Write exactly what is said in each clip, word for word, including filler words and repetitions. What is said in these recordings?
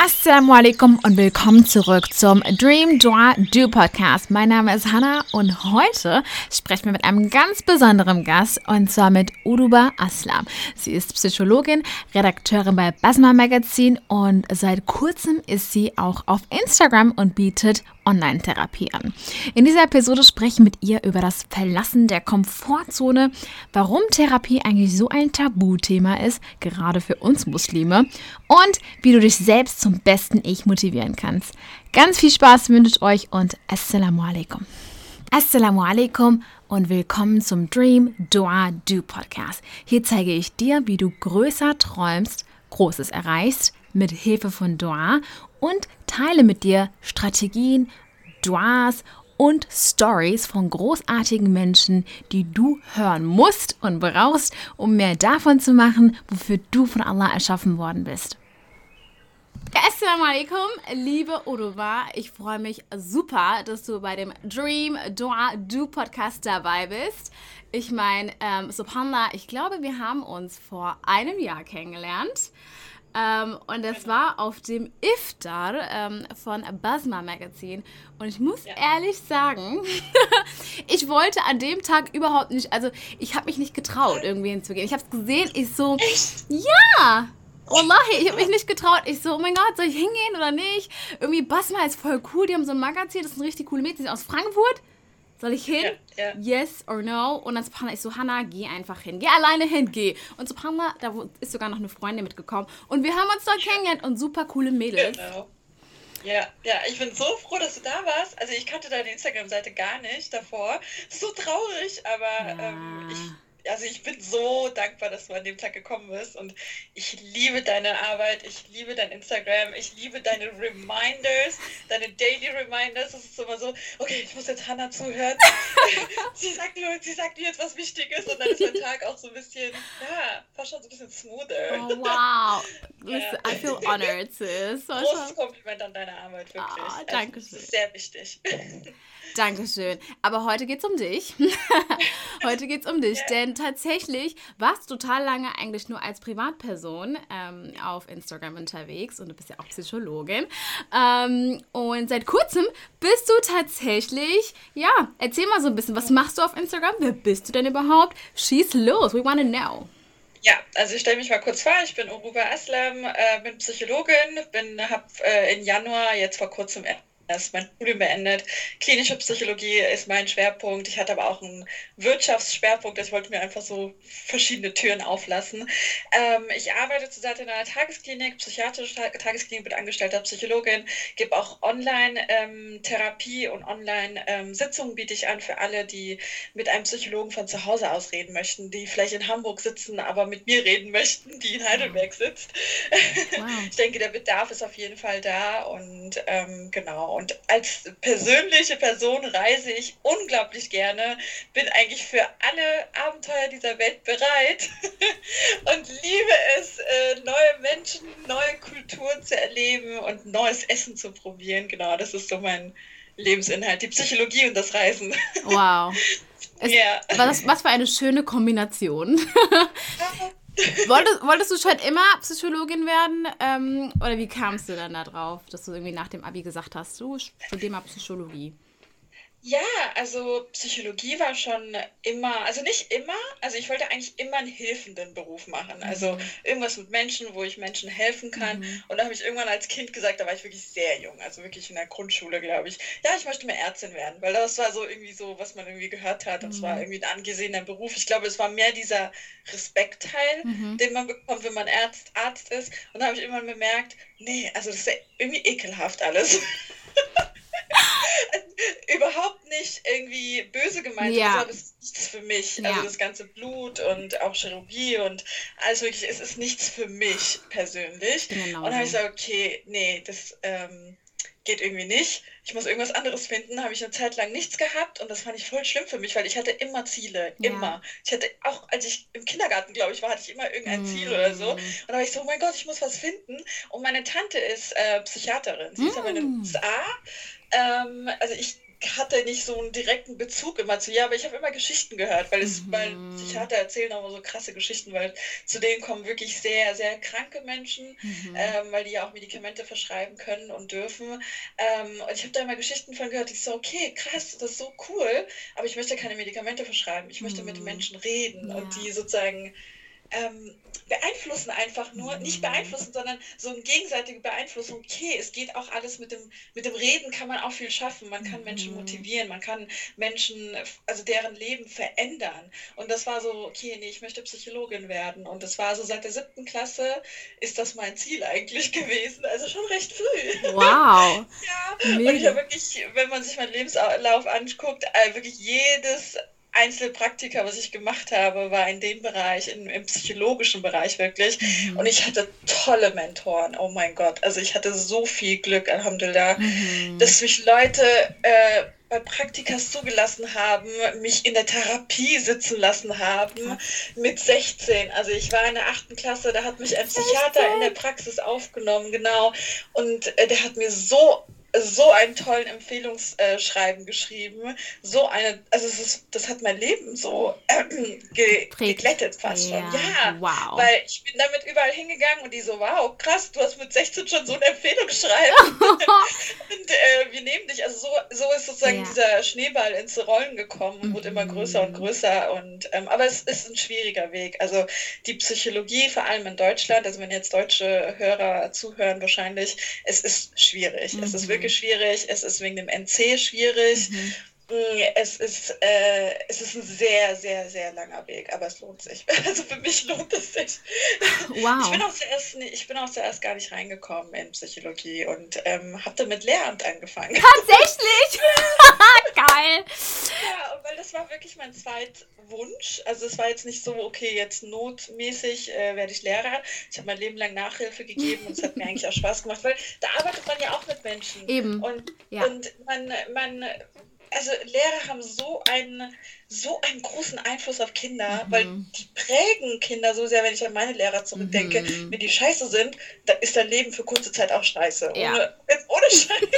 Assalamu alaikum und willkommen zurück zum Dream Dua Do Podcast. Mein Name ist Hannah und heute sprechen wir mit einem ganz besonderen Gast und zwar mit Uruba Aslam. Sie ist Psychologin, Redakteurin bei Basma Magazine und seit kurzem ist sie auch auf Instagram und bietet Online-Therapie an. In dieser Episode sprechen wir mit ihr über das Verlassen der Komfortzone, warum Therapie eigentlich so ein Tabuthema ist, gerade für uns Muslime, und wie du dich selbst zum besten Ich motivieren kannst. Ganz viel Spaß wünsche ich euch und Assalamu alaikum. Assalamu alaikum und willkommen zum Dream Dua Do Podcast. Hier zeige ich dir, wie du größer träumst, Großes erreichst, mit Hilfe von Dua und teile mit dir Strategien, Duas und Stories von großartigen Menschen, die du hören musst und brauchst, um mehr davon zu machen, wofür du von Allah erschaffen worden bist. Assalamu alaikum, liebe Uruba. Ich freue mich super, dass du bei dem Dream Dua Do Podcast dabei bist. Ich meine, ähm, subhanallah, ich glaube, wir haben uns vor einem Jahr kennengelernt. Ähm, und das war auf dem Iftar ähm, von Basma Magazine. Und ich muss ja. ehrlich sagen, ich wollte an dem Tag überhaupt nicht, also ich habe mich nicht getraut, irgendwie hinzugehen. Ich habe es gesehen, ich so, Echt? ja, Wallahi, ich habe mich nicht getraut. Ich so, oh mein Gott, soll ich hingehen oder nicht? Irgendwie Basma ist voll cool, die haben so ein Magazin, das sind richtig coole Mädchen, die sind aus Frankfurt. Soll ich hin? Ja, ja. Yes or no? Und dann Subhanallah, ich so, Hannah, geh einfach hin. Geh alleine hin, geh. Und Subhanallah, da ist sogar noch eine Freundin mitgekommen. Und wir haben uns dort kennengelernt und super coole Mädels. Genau. Ja, ja, ich bin so froh, dass du da warst. Also ich kannte deine Instagram-Seite gar nicht davor. So traurig, aber Ja. ähm, ich... Also ich bin so dankbar, dass du an dem Tag gekommen bist und ich liebe deine Arbeit, ich liebe dein Instagram, ich liebe deine Reminders, deine Daily Reminders. Das ist immer so, okay, ich muss jetzt Hannah zuhören. sie sagt nur, sie sagt mir jetzt was Wichtiges und dann ist mein Tag auch so ein bisschen, ja, fast schon so ein bisschen smoother. Oh, wow. Ja. I feel honored, sis. Großes Kompliment an deine Arbeit, wirklich. Oh, also, danke das schön. ist sehr wichtig. Dankeschön. Aber heute geht's um dich. Heute geht's um dich, Ja. denn tatsächlich warst du total lange eigentlich nur als Privatperson ähm, auf Instagram unterwegs und du bist ja auch Psychologin. Ähm, und seit kurzem bist du tatsächlich, ja, erzähl mal so ein bisschen, was machst du auf Instagram? Wer bist du denn überhaupt? Schieß los, we wanna know. Ja, also ich stelle mich mal kurz vor, ich bin Uruba Aslam, äh, bin Psychologin, bin, habe äh, im Januar jetzt vor kurzem erst mein Studium beendet. Klinische Psychologie ist mein Schwerpunkt. Ich hatte aber auch einen Wirtschaftsschwerpunkt. Ich wollte mir einfach so verschiedene Türen auflassen. Ähm, ich arbeite zurzeit in einer Tagesklinik, psychiatrische Tagesklinik, bin angestellter Psychologin, gebe auch Online-Therapie ähm, und Online-Sitzungen ähm, biete ich an für alle, die mit einem Psychologen von zu Hause aus reden möchten, die vielleicht in Hamburg sitzen, aber mit mir reden möchten, die in Heidelberg sitzt. Wow. Ich denke, der Bedarf ist auf jeden Fall da und ähm, genau. Und als persönliche Person reise ich unglaublich gerne, bin eigentlich für alle Abenteuer dieser Welt bereit und liebe es, äh, neue Menschen, neue Kulturen zu erleben und neues Essen zu probieren. Genau, das ist so mein Lebensinhalt, die Psychologie und das Reisen. Wow. Es, Ja. was, was für eine schöne Kombination. Wolltest, wolltest du schon immer Psychologin werden? Ähm, oder wie kamst du dann da drauf, dass du irgendwie nach dem Abi gesagt hast, du studier mal Psychologie? Ja, also Psychologie war schon immer, also nicht immer, also ich wollte eigentlich immer einen hilfenden Beruf machen. Also Mhm. irgendwas mit Menschen, wo ich Menschen helfen kann. Mhm. Und da habe ich irgendwann als Kind gesagt, da war ich wirklich sehr jung, also wirklich in der Grundschule, glaube ich. Ja, ich möchte mal Ärztin werden, weil das war so irgendwie so, was man irgendwie gehört hat. Das war Mhm. irgendwie ein angesehener Beruf. Ich glaube, es war mehr dieser Respektteil, Mhm. den man bekommt, wenn man Arzt, Arzt ist. Und da habe ich irgendwann bemerkt, nee, also das ist ja irgendwie ekelhaft alles. Überhaupt nicht irgendwie böse gemeint, Ja. aber es ist nichts für mich. Ja. Also das ganze Blut und auch Chirurgie und alles wirklich, es ist nichts für mich persönlich. Ich bin genauso. Und dann habe ich gesagt, okay, nee, das ähm, geht irgendwie nicht. Ich muss irgendwas anderes finden. Habe ich eine Zeit lang nichts gehabt und das fand ich voll schlimm für mich, weil ich hatte immer Ziele, Ja. immer. Ich hatte auch, als ich im Kindergarten, glaube ich, war, hatte ich immer irgendein Ziel oder so. Und da war ich so, oh mein Gott, ich muss was finden. Und meine Tante ist äh, Psychiaterin. Sie ist aber in den Mm. U S A. Ähm, also ich hatte nicht so einen direkten Bezug immer zu ihr, aber ich habe immer Geschichten gehört, weil es, Mhm. weil Psychiater erzählen auch immer so krasse Geschichten, weil zu denen kommen wirklich sehr, sehr kranke Menschen, Mhm. ähm, weil die ja auch Medikamente verschreiben können und dürfen. Ähm, und ich habe da immer Geschichten von gehört, ich so, okay, krass, das ist so cool, aber ich möchte keine Medikamente verschreiben. Ich möchte mit den Mhm. Menschen reden Ja. und die sozusagen ähm, beeinflussen einfach nur, nicht beeinflussen, sondern so eine gegenseitige Beeinflussung. Okay, es geht auch alles mit dem, mit dem Reden kann man auch viel schaffen. Man kann Menschen Mhm. motivieren, man kann Menschen, also deren Leben verändern. Und das war so, okay, nee, ich möchte Psychologin werden. Und das war so seit der siebten Klasse ist das mein Ziel eigentlich gewesen. Also schon recht früh. Wow. Ja, und ich Mega. habe wirklich, wenn man sich meinen Lebenslauf anguckt, äh, wirklich jedes einzelne Praktika, was ich gemacht habe, war in dem Bereich, in, im psychologischen Bereich wirklich. Mhm. Und ich hatte tolle Mentoren. Oh mein Gott. Also ich hatte so viel Glück, Alhamdulillah, Mhm. dass mich Leute äh, bei Praktikas zugelassen haben, mich in der Therapie sitzen lassen haben mit sechzehn. Also ich war in der achten Klasse, da hat mich ein Psychiater in der Praxis aufgenommen, genau. Und äh, der hat mir so so einen tollen Empfehlungsschreiben geschrieben, so eine, also es ist, das hat mein Leben so äh, ge, Prägt. geglättet fast Ja, schon, ja, wow. weil ich bin damit überall hingegangen und die so, wow, krass, du hast mit sechzehn schon so ein Empfehlungsschreiben und äh, wir nehmen dich, also so, so ist sozusagen Ja. dieser Schneeball ins Rollen gekommen und Mhm. wurde immer größer und größer und, ähm, aber es ist ein schwieriger Weg, also die Psychologie, vor allem in Deutschland, also wenn jetzt deutsche Hörer zuhören wahrscheinlich, es ist schwierig, Mhm. es ist wirklich schwierig, es ist wegen dem N C schwierig, Mhm. es ist, äh, es ist ein sehr, sehr, sehr langer Weg, aber es lohnt sich. Also für mich lohnt es sich. Wow. Ich bin auch zuerst, nie- ich bin auch zuerst gar nicht reingekommen in Psychologie und ähm, habe dann mit Lehramt angefangen. Tatsächlich? Geil. Ja, und weil das war wirklich mein Zweitwunsch. Also es war jetzt nicht so, okay, jetzt notmäßig äh, werde ich Lehrer. Ich habe mein Leben lang Nachhilfe gegeben und es hat mir eigentlich auch Spaß gemacht, weil da arbeitet man ja auch mit Menschen. Eben. Und, Ja. und man, man, also Lehrer haben so einen, so einen großen Einfluss auf Kinder, Mhm. weil die prägen Kinder so sehr, wenn ich an meine Lehrer zurückdenke, Mhm. wenn die scheiße sind, dann ist dein Leben für kurze Zeit auch scheiße. Ja. Ohne, ohne Scheiß.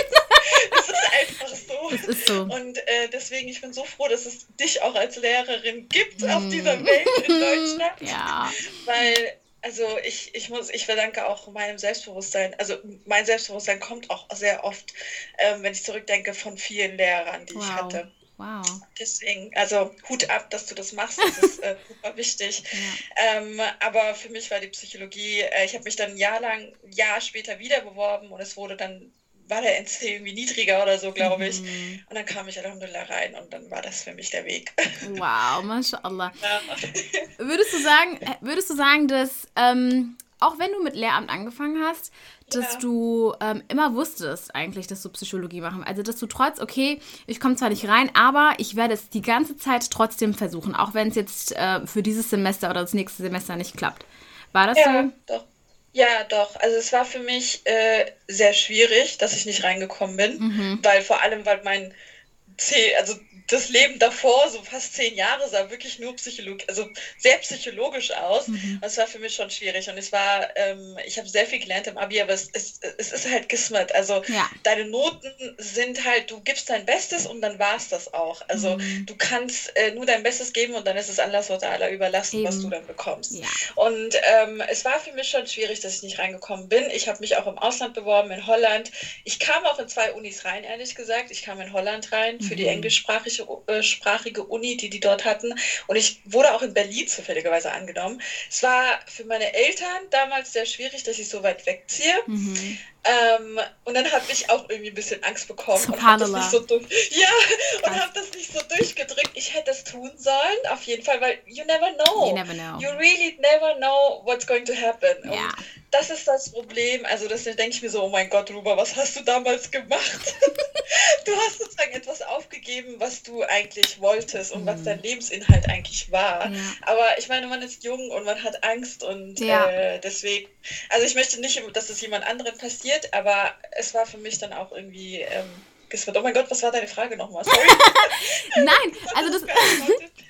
Es ist einfach so. Es ist so. Und äh, deswegen, ich bin so froh, dass es dich auch als Lehrerin gibt Mhm. auf dieser Welt in Deutschland. Ja. Weil, also ich, ich muss, ich verdanke auch meinem Selbstbewusstsein, also mein Selbstbewusstsein kommt auch sehr oft, ähm, wenn ich zurückdenke, von vielen Lehrern, die Wow. ich hatte. Wow. Deswegen, also Hut ab, dass du das machst, das ist äh, super wichtig. Ja. Ähm, aber für mich war die Psychologie, äh, ich habe mich dann ein Jahr lang, ein Jahr später wieder beworben und es wurde dann, war der N C irgendwie niedriger oder so, glaube ich. Mhm. Und dann kam ich Alhamdulillah rein und dann war das für mich der Weg. Wow, mashallah. Ja. Würdest du sagen, würdest du sagen, dass ähm, auch wenn du mit Lehramt angefangen hast, dass Ja. du ähm, immer wusstest eigentlich, dass du Psychologie machen. Also dass du trotz, okay, ich komme zwar nicht rein, aber ich werde es die ganze Zeit trotzdem versuchen, auch wenn es jetzt äh, für dieses Semester oder das nächste Semester nicht klappt. War das Ja, so? doch. Ja, doch. Also es war für mich äh, sehr schwierig, dass ich nicht reingekommen bin, Mhm. weil vor allem, weil mein zehn, also das Leben davor, so fast zehn Jahre, sah wirklich nur psychologisch, also sehr psychologisch aus. Mhm. Und es war für mich schon schwierig. Und es war, ähm, ich habe sehr viel gelernt im Abi, aber es, es, es ist halt Kismet. Also Ja. deine Noten sind halt, du gibst dein Bestes und dann war es das auch. Also Mhm. du kannst äh, nur dein Bestes geben und dann ist es Allah subhanahu wa ta'ala überlassen, was Eben. du dann bekommst. Ja. Und ähm, es war für mich schon schwierig, dass ich nicht reingekommen bin. Ich habe mich auch im Ausland beworben, in Holland. Ich kam auch in zwei Unis rein, ehrlich gesagt. Ich kam in Holland rein für die Mhm. englischsprachige äh, sprachige Uni, die die dort hatten. Und ich wurde auch in Berlin zufälligerweise angenommen. Es war für meine Eltern damals sehr schwierig, dass ich so weit wegziehe. Mhm. Ähm, und dann habe ich auch irgendwie ein bisschen Angst bekommen und habe das Subhanallah. nicht so durch, ja, und Krass. habe das nicht so durchgedrückt. Ich hätte es tun sollen, auf jeden Fall, weil you never know. You never know. You really never know what's going to happen. Ja. Und das ist das Problem. Also das denke ich mir so, oh mein Gott, Ruba, was hast du damals gemacht? Du hast sozusagen etwas aufgegeben, was du eigentlich wolltest und was Mhm. dein Lebensinhalt eigentlich war. Ja. Aber ich meine, man ist jung und man hat Angst und Ja. äh, deswegen, also ich möchte nicht, dass es jemand anderen passiert, aber es war für mich dann auch irgendwie ähm, gesagt, oh mein Gott, was war deine Frage nochmal? Sorry. Nein, also das, beantwortet.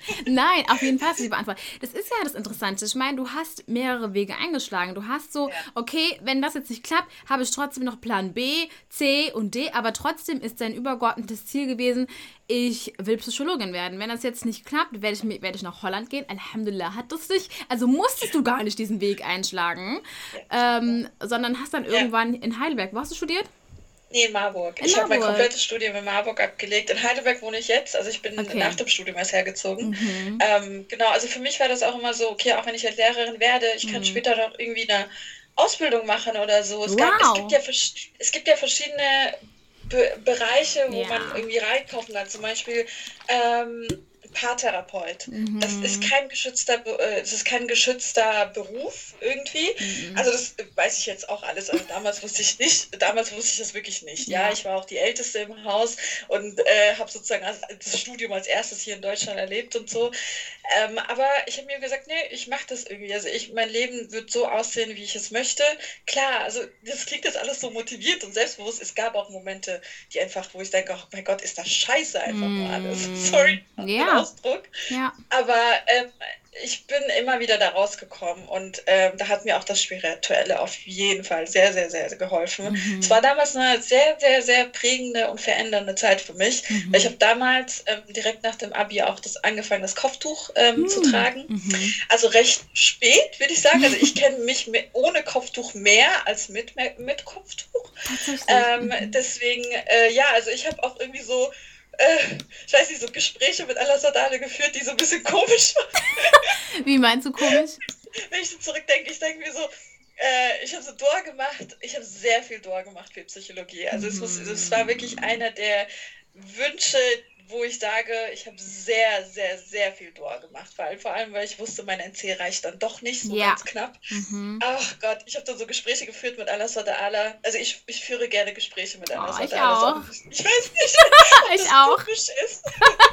Nein, auf jeden Fall hast du die beantwortet. Das ist ja das Interessante. Ich meine, du hast mehrere Wege eingeschlagen. Du hast so, Ja. okay, wenn das jetzt nicht klappt, habe ich trotzdem noch Plan B, C und D, aber trotzdem ist dein übergeordnetes Ziel gewesen, ich will Psychologin werden. Wenn das jetzt nicht klappt, werde ich, mit- werde ich nach Holland gehen. Alhamdulillah hat das nicht. Also musstest du gar nicht diesen Weg einschlagen, ähm, sondern hast dann Ja. irgendwann in Heidelberg, wo hast du studiert? Nee, in Marburg. In Ich habe mein Marburg. komplettes Studium in Marburg abgelegt. In Heidelberg wohne ich jetzt. Also ich bin Okay. nach dem Studium erst hergezogen. Mhm. Ähm, genau, also für mich war das auch immer so, okay, auch wenn ich halt Lehrerin werde, ich kann Mhm. später noch irgendwie eine Ausbildung machen oder so. Es, gab, es, Wow. gibt, ja, vers- es gibt ja verschiedene Be Bereiche, wo Ja. man irgendwie reinkaufen kann. Zum Beispiel ähm, Paartherapeut. Das ist Mhm. kein geschützter, Be- äh, das ist kein geschützter Beruf irgendwie. Mhm. Also das weiß ich jetzt auch alles, aber damals wusste ich nicht, damals wusste ich das wirklich nicht. Ja, Ja. ich war auch die Älteste im Haus und äh, habe sozusagen als, das Studium als erstes hier in Deutschland erlebt und so. Ähm, aber ich habe mir gesagt, nee, ich mache das irgendwie. Also ich, mein Leben wird so aussehen, wie ich es möchte. Klar, also das klingt jetzt alles so motiviert und selbstbewusst. Es gab auch Momente, die einfach, wo ich denke, oh mein Gott, ist das scheiße einfach nur alles. Mm. Sorry für den Ja. Ausdruck. Ja. Aber ähm, ich bin immer wieder da rausgekommen und ähm, da hat mir auch das Spirituelle auf jeden Fall sehr, sehr, sehr geholfen. Mhm. Es war damals eine sehr, sehr, sehr prägende und verändernde Zeit für mich. Mhm. Ich habe damals ähm, direkt nach dem Abi auch das angefangen, das Kopftuch ähm, zu Mhm. tragen. Mhm. Also recht spät, würde ich sagen. Also ich kenne mich me- ohne Kopftuch mehr als mit, mit Kopftuch. Tatsächlich. Ähm, Mhm. deswegen, äh, ja, also ich habe auch irgendwie so, äh, ich weiß nicht, so Gespräche mit Allah Sadale geführt, die so ein bisschen komisch waren. Wie meinst du komisch? Wenn ich so zurückdenke, ich denke mir so, äh, ich habe so Dua gemacht, ich habe sehr viel Dua gemacht für Psychologie. Also es, muss, es war wirklich einer der Wünsche, wo ich sage, ich habe sehr, sehr, sehr viel Dua gemacht. Vor allem, vor allem, weil ich wusste, mein N C reicht dann doch nicht, so Ja. ganz knapp. Mhm. Ach Gott, ich habe da so Gespräche geführt mit Allah Sadala. Also ich, ich führe gerne Gespräche mit Allah Oh, ich Sadala. auch. Ich weiß nicht, ob Ich das auch. komisch ist.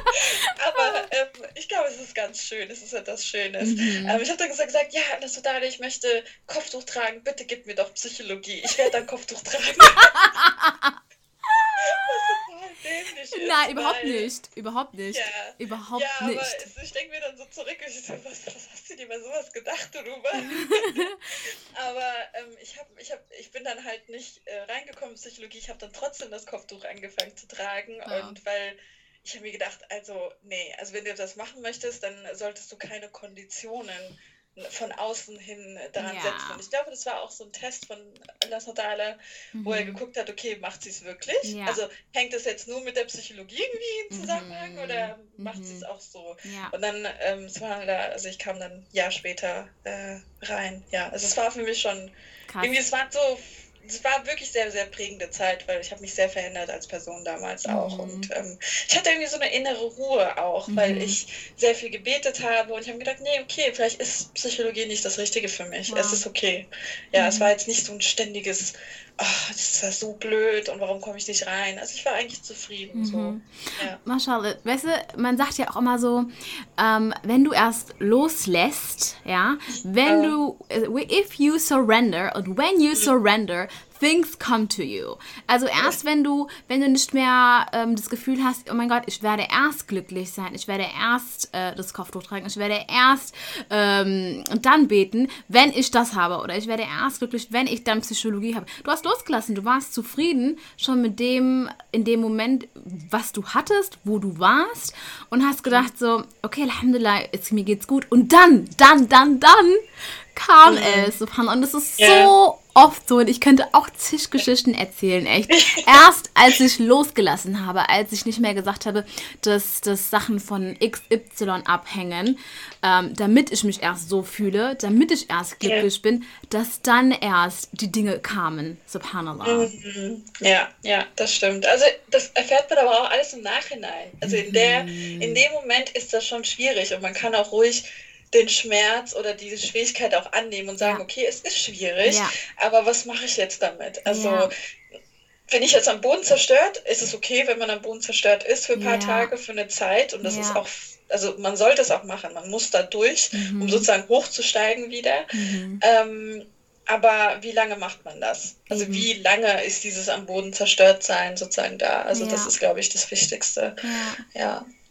Aber ähm, ich glaube, es ist ganz schön. Es ist etwas Schönes. Mhm. Ähm, ich habe dann gesagt, gesagt, ja, Allah Sadala, ich möchte Kopftuch tragen. Bitte gib mir doch Psychologie. Ich werde dann Kopftuch tragen. Was total dämlich ist. Nein, überhaupt weil- nicht. Überhaupt nicht. Ja. Überhaupt Ja, aber nicht. es, ich denke mir dann so zurück, und ich so, was, was hast du dir bei sowas gedacht, du Ruber? Aber ähm, ich, hab, ich, hab, ich bin dann halt nicht äh, reingekommen in Psychologie, ich habe dann trotzdem das Kopftuch angefangen zu tragen Ja. und weil ich habe mir gedacht, also nee, also wenn du das machen möchtest, dann solltest du keine Konditionen von außen hin daran Ja. setzen. Und ich glaube, das war auch so ein Test von Allah Sadala, wo er Mhm. geguckt hat, okay, macht sie es wirklich? Ja. Also hängt es jetzt nur mit der Psychologie irgendwie in Zusammenhang Mhm. oder macht sie Mhm. es auch so? Ja. Und dann, ähm, es war da, also ich kam dann ein Jahr später äh, rein. Ja, also es war für mich schon, Krass. irgendwie, es war so, es war wirklich sehr, sehr prägende Zeit, weil ich habe mich sehr verändert als Person damals auch. Mhm. Und ähm, ich hatte irgendwie so eine innere Ruhe auch, weil Mhm. ich sehr viel gebetet habe und ich habe gedacht, nee, okay, vielleicht ist Psychologie nicht das Richtige für mich. Wow. Es ist okay. Ja, Mhm. es war jetzt nicht so ein ständiges, ach, das ist ja so blöd und warum komme ich nicht rein? Also ich war eigentlich zufrieden. So. Mhm. Ja. Mashallah, weißt du, man sagt ja auch immer so, ähm, wenn du erst loslässt, ja, wenn Ja. du, äh, if you surrender und when you surrender, things come to you. Also erst wenn du, wenn du nicht mehr ähm, das Gefühl hast, oh mein Gott, ich werde erst glücklich sein, ich werde erst äh, das Kopftuch tragen, ich werde erst ähm, dann beten, wenn ich das habe, oder ich werde erst glücklich, wenn ich dann Psychologie habe. Du hast losgelassen, du warst zufrieden schon mit dem, in dem Moment, was du hattest, wo du warst und hast gedacht so, okay, Alhamdulillah, jetzt, mir geht's gut. Und dann, dann, dann, dann kam Mhm. es, subhanallah. Und das ist Ja. so oft so, und ich könnte auch zig Geschichten erzählen, echt. Erst als ich losgelassen habe, als ich nicht mehr gesagt habe, dass, dass Sachen von X Y abhängen, ähm, damit ich mich erst so fühle, damit ich erst glücklich bin, dass dann erst die Dinge kamen, subhanallah. Mhm. Ja, ja, das stimmt. Also das erfährt man aber auch alles im Nachhinein. Also in der, in dem Moment ist das schon schwierig und man kann auch ruhig den Schmerz oder diese Schwierigkeit auch annehmen und sagen, Ja. okay, es ist schwierig, Ja. aber was mache ich jetzt damit? Also Ja. wenn ich jetzt am Boden zerstört, ist es okay, wenn man am Boden zerstört ist für ein paar Ja. Tage, für eine Zeit und das Ja. ist auch, also man sollte es auch machen, man muss da durch, Mhm. um sozusagen hochzusteigen wieder. Mhm. Ähm, aber wie lange macht man das? Also Eben. wie lange ist dieses am Boden zerstört sein sozusagen da? Also Ja. das ist, glaube ich, das Wichtigste. Ja. Ja.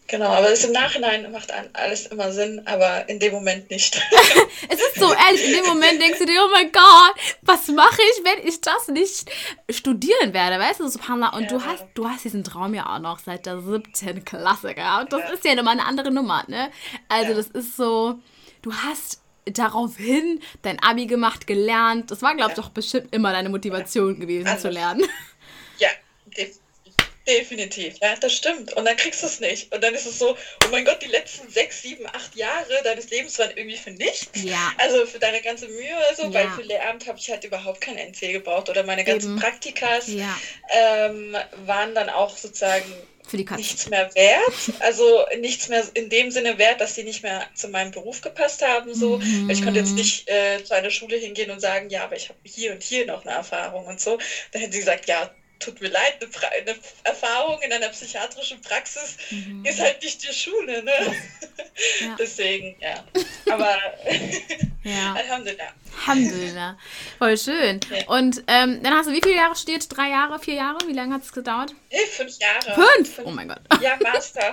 Genau, aber es im Nachhinein macht alles immer Sinn, aber in dem Moment nicht. Es ist so ehrlich, in dem Moment denkst du dir, oh mein Gott, was mache ich, wenn ich das nicht studieren werde, weißt du, Subhanallah. Und ja. du hast du hast diesen Traum ja auch noch seit der siebten Klasse gehabt. Das ja. ist ja nochmal eine andere Nummer, ne? Also ja. das ist so, du hast daraufhin dein Abi gemacht, gelernt. Das war, glaube ich, ja. doch bestimmt immer deine Motivation ja. gewesen, also, zu lernen. Ja, definitiv. Definitiv, ja, das stimmt. Und dann kriegst du es nicht. Und dann ist es so, oh mein Gott, die letzten sechs, sieben, acht Jahre deines Lebens waren irgendwie für nichts. Ja. Also für deine ganze Mühe, so, ja. weil für Lehramt habe ich halt überhaupt kein N C gebraucht. Oder meine ganzen Eben. Praktikas ja. ähm, waren dann auch sozusagen für die nichts mehr wert. Also nichts mehr in dem Sinne wert, dass sie nicht mehr zu meinem Beruf gepasst haben. So. Mhm. Ich konnte jetzt nicht äh, zu einer Schule hingehen und sagen, ja, aber ich habe hier und hier noch eine Erfahrung und so. Da hätten sie gesagt, ja, tut mir leid, eine, pra- eine Erfahrung in einer psychiatrischen Praxis mhm. ist halt nicht die Schule, ne? Ja. Deswegen, ja. Aber ja. Alhamdulillah. Alhamdulillah. Voll schön. Ja. Und ähm, dann hast du wie viele Jahre studiert? Drei Jahre, vier Jahre? Wie lange hat es gedauert? Nee, fünf Jahre. Fünf? Fünf? Oh mein Gott. Ja, Master.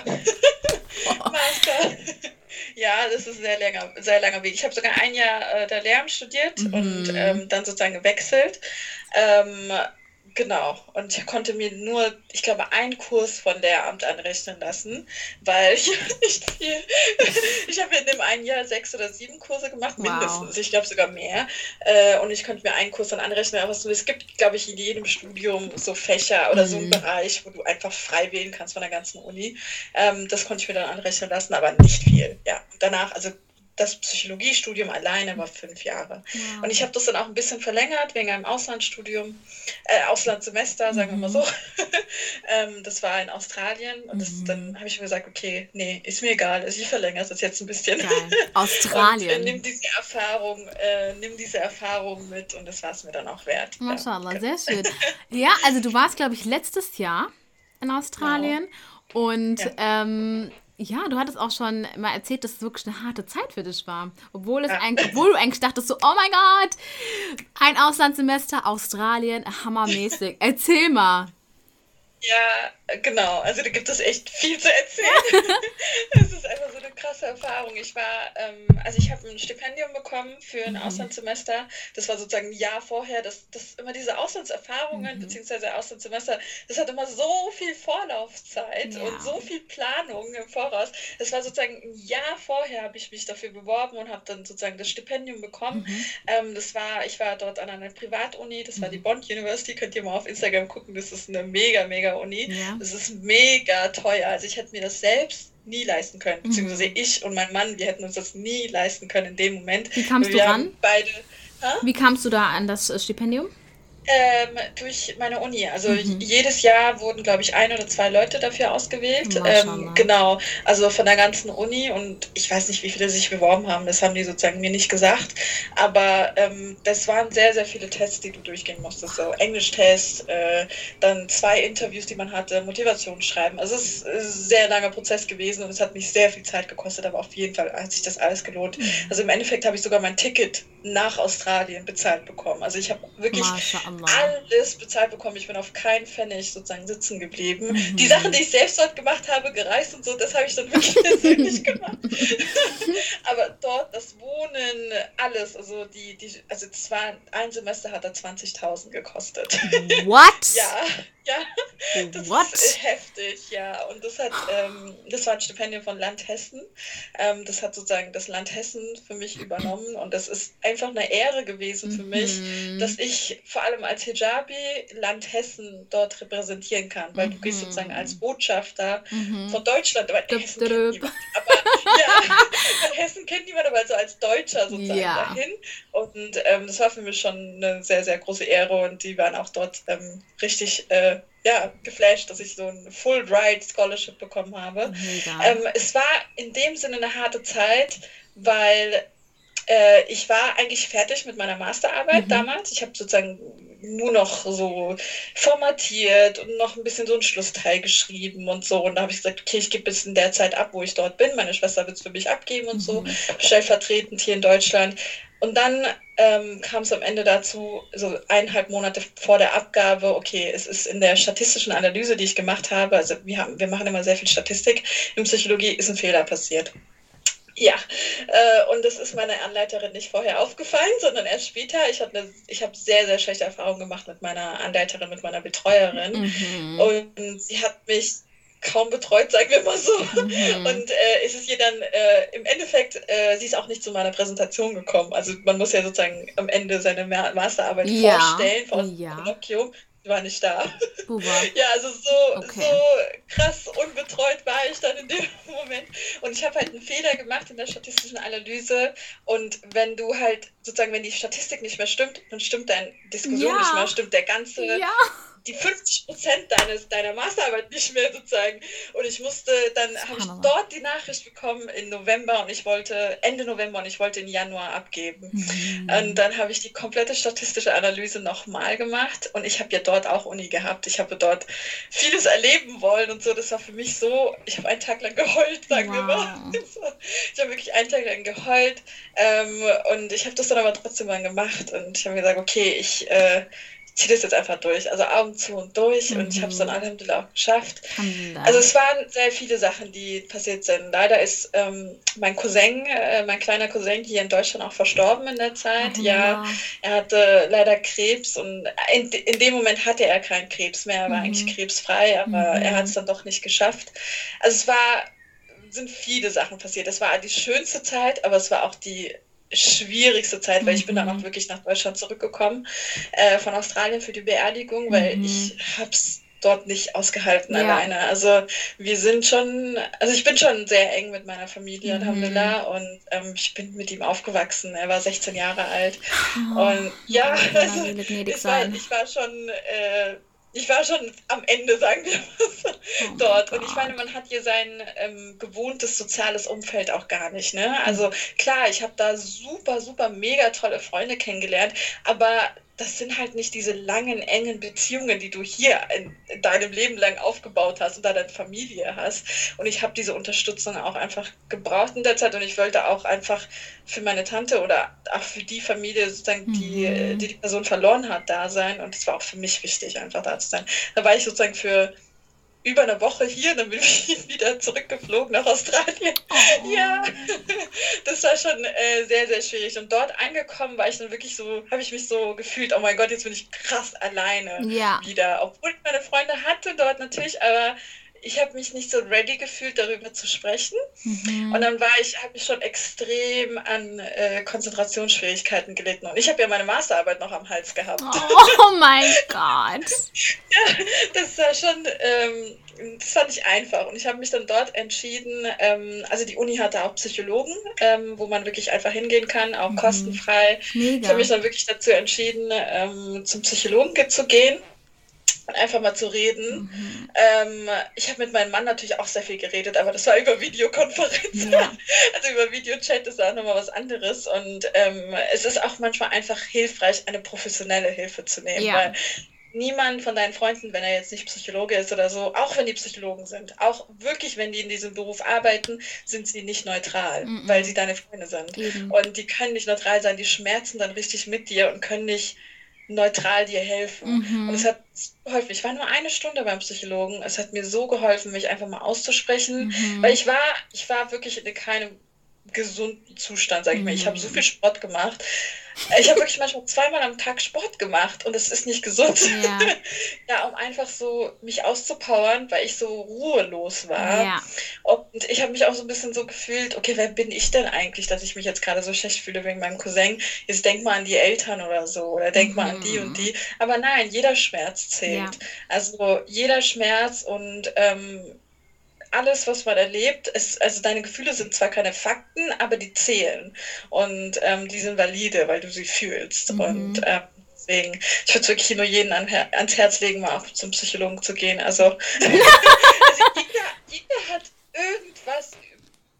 Master. Ja, das ist ein sehr langer, sehr langer Weg. Ich habe sogar ein Jahr äh, der Lehramt studiert mhm. und ähm, dann sozusagen gewechselt. Ähm, Genau, und ich konnte mir nur, ich glaube, einen Kurs von Lehramt anrechnen lassen, weil ich nicht viel, ich habe in dem einen Jahr sechs oder sieben Kurse gemacht, wow. mindestens, ich glaube sogar mehr, äh, und ich konnte mir einen Kurs dann anrechnen, aber so, es gibt, glaube ich, in jedem Studium so Fächer oder mhm. so einen Bereich, wo du einfach frei wählen kannst von der ganzen Uni, ähm, das konnte ich mir dann anrechnen lassen, aber nicht viel, ja, und danach, also das Psychologiestudium alleine war fünf Jahre. Wow. Und ich habe das dann auch ein bisschen verlängert wegen einem Auslandsstudium, äh, Auslandssemester, sagen mhm. wir mal so. ähm, das war in Australien und das, mhm. dann habe ich mir gesagt, okay, nee, ist mir egal, ich verlängere das jetzt ein bisschen. Geil. Australien. Und, äh, nimm diese Erfahrung, äh, nimm diese Erfahrung mit und das war es mir dann auch wert. Mashallah, ja. sehr schön. Ja, also du warst, glaube ich, letztes Jahr in Australien wow. und ja. ähm, ja, du hattest auch schon mal erzählt, dass es wirklich eine harte Zeit für dich war. Obwohl, es ja. eigentlich, obwohl du eigentlich dachtest so, oh mein Gott, ein Auslandssemester, Australien, hammermäßig. Erzähl mal. Ja, genau. Also da gibt es echt viel zu erzählen. Es ist einfach so eine krasse Erfahrung. Ich war, ähm, also ich habe ein Stipendium bekommen für ein mhm. Auslandssemester. Das war sozusagen ein Jahr vorher. Das, das immer diese Auslandserfahrungen, mhm. beziehungsweise Auslandssemester, das hat immer so viel Vorlaufzeit ja. und so viel Planung im Voraus. Das war sozusagen ein Jahr vorher, habe ich mich dafür beworben und habe dann sozusagen das Stipendium bekommen. Mhm. Ähm, das war, ich war dort an einer Privatuni, das war die Bond University, könnt ihr mal auf Instagram gucken, das ist eine mega, mega Uni. Ja. Das ist mega teuer. Also ich hätte mir das selbst nie leisten können. Mhm. Beziehungsweise ich und mein Mann, wir hätten uns das nie leisten können in dem Moment. Wie kamst wir du ran? Beide, Wie kamst du da an das Stipendium? Ähm, durch meine Uni. Also mhm. jedes Jahr wurden, glaube ich, ein oder zwei Leute dafür ausgewählt. Ähm, genau, also von der ganzen Uni. Und ich weiß nicht, wie viele sich beworben haben. Das haben die sozusagen mir nicht gesagt. Aber ähm, das waren sehr, sehr viele Tests, die du durchgehen musstest. So Englisch-Test, äh, dann zwei Interviews, die man hatte, Motivationsschreiben. Also es ist ein sehr langer Prozess gewesen und es hat mich sehr viel Zeit gekostet. Aber auf jeden Fall hat sich das alles gelohnt. Mhm. Also im Endeffekt habe ich sogar mein Ticket nach Australien bezahlt bekommen. Also ich habe wirklich alles bezahlt bekommen. Ich bin auf keinen Pfennig sozusagen sitzen geblieben. Mhm. Die Sachen, die ich selbst dort gemacht habe, gereist und so, das habe ich dann wirklich persönlich gemacht. Aber dort das Wohnen, alles, also die, die, also es war, ein Semester hat da zwanzigtausend gekostet. What? Ja, ja. Das What? ist heftig, ja. Und das hat, ähm, das war ein Stipendium von Land Hessen. Ähm, das hat sozusagen das Land Hessen für mich übernommen und das ist einfach eine Ehre gewesen für mich, mhm. dass ich vor allem als Hijabi Land Hessen dort repräsentieren kann, weil mhm. du gehst sozusagen als Botschafter mhm. von Deutschland, aber Dup, Hessen dup. kennt niemand. Aber ja, Hessen kennt niemand, aber so als Deutscher sozusagen ja. dahin. Und ähm, das war für mich schon eine sehr, sehr große Ehre und die waren auch dort ähm, richtig äh, ja, geflasht, dass ich so ein Full-Ride-Scholarship bekommen habe. Ähm, es war in dem Sinne eine harte Zeit, weil äh, ich war eigentlich fertig mit meiner Masterarbeit mhm. damals. Ich habe sozusagen nur noch so formatiert und noch ein bisschen so einen Schlussteil geschrieben und so. Und da habe ich gesagt, okay, ich gebe es in der Zeit ab, wo ich dort bin. Meine Schwester wird es für mich abgeben und so, Mhm. stellvertretend hier in Deutschland. Und dann ähm, kam es am Ende dazu, so eineinhalb Monate vor der Abgabe, okay, es ist in der statistischen Analyse, die ich gemacht habe, also wir haben, wir machen immer sehr viel Statistik, in Psychologie ist ein Fehler passiert. Ja, äh, und das ist meiner Anleiterin nicht vorher aufgefallen, sondern erst später. Ich habe ne, ich hab sehr, sehr schlechte Erfahrungen gemacht mit meiner Anleiterin, mit meiner Betreuerin. Mhm. Und sie hat mich kaum betreut, sagen wir mal so. Mhm. Und äh, ist es ihr dann äh, im Endeffekt, äh, sie ist auch nicht zu meiner Präsentation gekommen. Also man muss ja sozusagen am Ende seine Ma- Masterarbeit Ja, vorstellen, vor ja. Kolloquium. Sie war nicht da. Buba. Ja, also so, Okay. so krass unbetreut war ich dann in dem Moment. Und ich habe halt einen Fehler gemacht in der statistischen Analyse. Und wenn du halt sozusagen, wenn die Statistik nicht mehr stimmt, dann stimmt deine Diskussion Ja. nicht mehr, stimmt der ganze, Ja. die fünfzig Prozent deines, deiner Masterarbeit nicht mehr sozusagen. Und ich musste, dann habe ich Hammer. dort die Nachricht bekommen im November und ich wollte, Ende November und ich wollte in Januar abgeben. Mhm. Und dann habe ich die komplette statistische Analyse nochmal gemacht und ich habe ja dort auch Uni gehabt. Ich habe dort vieles erleben wollen und so. Das war für mich so, ich habe einen Tag lang geheult, sagen wir mal. Wow. Ich habe wirklich einen Tag lang geheult ähm, und ich habe das dann aber trotzdem mal gemacht und ich habe mir gesagt, okay, ich äh, ziehe das jetzt einfach durch. Also Augen zu und durch und ich habe es dann Mhm. Alhamdulillah auch geschafft. Alhamdulillah. Also es waren sehr viele Sachen, die passiert sind. Leider ist ähm, mein Cousin, äh, mein kleiner Cousin hier in Deutschland auch verstorben in der Zeit. Ja, Alhamdulillah. er hatte leider Krebs und in, in dem Moment hatte er keinen Krebs mehr. Er war Mhm. eigentlich krebsfrei, aber Mhm. er hat es dann doch nicht geschafft. Also es war, sind viele Sachen passiert. Es war die schönste Zeit, aber es war auch die schwierigste Zeit, weil ich bin dann auch Mhm. wirklich nach Deutschland zurückgekommen äh, von Australien für die Beerdigung, weil Mhm. ich hab's dort nicht ausgehalten Ja. alleine. Also wir sind schon, also ich bin schon sehr eng mit meiner Familie, Mhm. Alhamdulillah, und ähm, ich bin mit ihm aufgewachsen. Er war sechzehn Jahre alt Oh, und ja, mag Allah seiner also Seele gnädig es war, sein. ich war schon, äh, ich war schon am Ende, sagen wir mal so, Oh mein dort. Und ich meine, Gott. man hat hier sein ähm, gewohntes soziales Umfeld auch gar nicht, ne? Also klar, ich habe da super, super mega tolle Freunde kennengelernt, aber das sind halt nicht diese langen, engen Beziehungen, die du hier in, in deinem Leben lang aufgebaut hast und da deine Familie hast. Und ich habe diese Unterstützung auch einfach gebraucht in der Zeit und ich wollte auch einfach für meine Tante oder auch für die Familie sozusagen, die Mhm. die, die Person verloren hat, da sein. Und es war auch für mich wichtig, einfach da zu sein. Da war ich sozusagen für über eine Woche hier, dann bin ich wieder zurückgeflogen nach Australien. Oh. Ja, das war schon äh, sehr, sehr schwierig. Und dort angekommen war ich dann wirklich so, habe ich mich so gefühlt, oh mein Gott, jetzt bin ich krass alleine Ja. wieder. Obwohl ich meine Freunde hatte dort natürlich, aber ich habe mich nicht so ready gefühlt, darüber zu sprechen. Mhm. Und dann war ich, habe ich schon extrem an äh, Konzentrationsschwierigkeiten gelitten. Und ich habe ja meine Masterarbeit noch am Hals gehabt. Oh mein Gott. Das war schon, ähm, das fand ich einfach. Und ich habe mich dann dort entschieden, ähm, also die Uni hatte auch Psychologen, ähm, wo man wirklich einfach hingehen kann, auch Mhm. kostenfrei. Ich habe Mega. mich dann wirklich dazu entschieden, ähm, zum Psychologen ge- zu gehen und einfach mal zu reden. Mhm. Ähm, ich habe mit meinem Mann natürlich auch sehr viel geredet, aber das war über Videokonferenz. Ja. Also über Videochat ist auch nochmal was anderes. Und ähm, es ist auch manchmal einfach hilfreich, eine professionelle Hilfe zu nehmen, Ja. weil niemand von deinen Freunden, wenn er jetzt nicht Psychologe ist oder so, auch wenn die Psychologen sind, auch wirklich, wenn die in diesem Beruf arbeiten, sind sie nicht neutral, Mhm. weil sie deine Freunde sind. Eben. Und die können nicht neutral sein, die schmerzen dann richtig mit dir und können nicht neutral dir helfen. Mhm. Und es hat so geholfen. Ich war nur eine Stunde beim Psychologen. Es hat mir so geholfen, mich einfach mal auszusprechen, Mhm. weil ich war, ich war wirklich in keinem gesunden Zustand, sage ich mal. Ich habe so Mhm. viel Sport gemacht. Ich habe wirklich manchmal zweimal am Tag Sport gemacht und es ist nicht gesund. Ja. Ja, um einfach so mich auszupowern, weil ich so ruhelos war. Ja. Und ich habe mich auch so ein bisschen so gefühlt, okay, wer bin ich denn eigentlich, dass ich mich jetzt gerade so schlecht fühle wegen meinem Cousin? Jetzt denk mal an die Eltern oder so oder denk mal an die und die. Aber nein, jeder Schmerz zählt. Ja. Also jeder Schmerz und ähm, alles, was man erlebt, ist, also deine Gefühle sind zwar keine Fakten, aber die zählen und ähm, die sind valide, weil du sie fühlst. Mhm. Und ähm, deswegen, ich würde wirklich nur jeden an, ans Herz legen, mal auch zum Psychologen zu gehen. Also, also jeder, jeder hat irgendwas, wo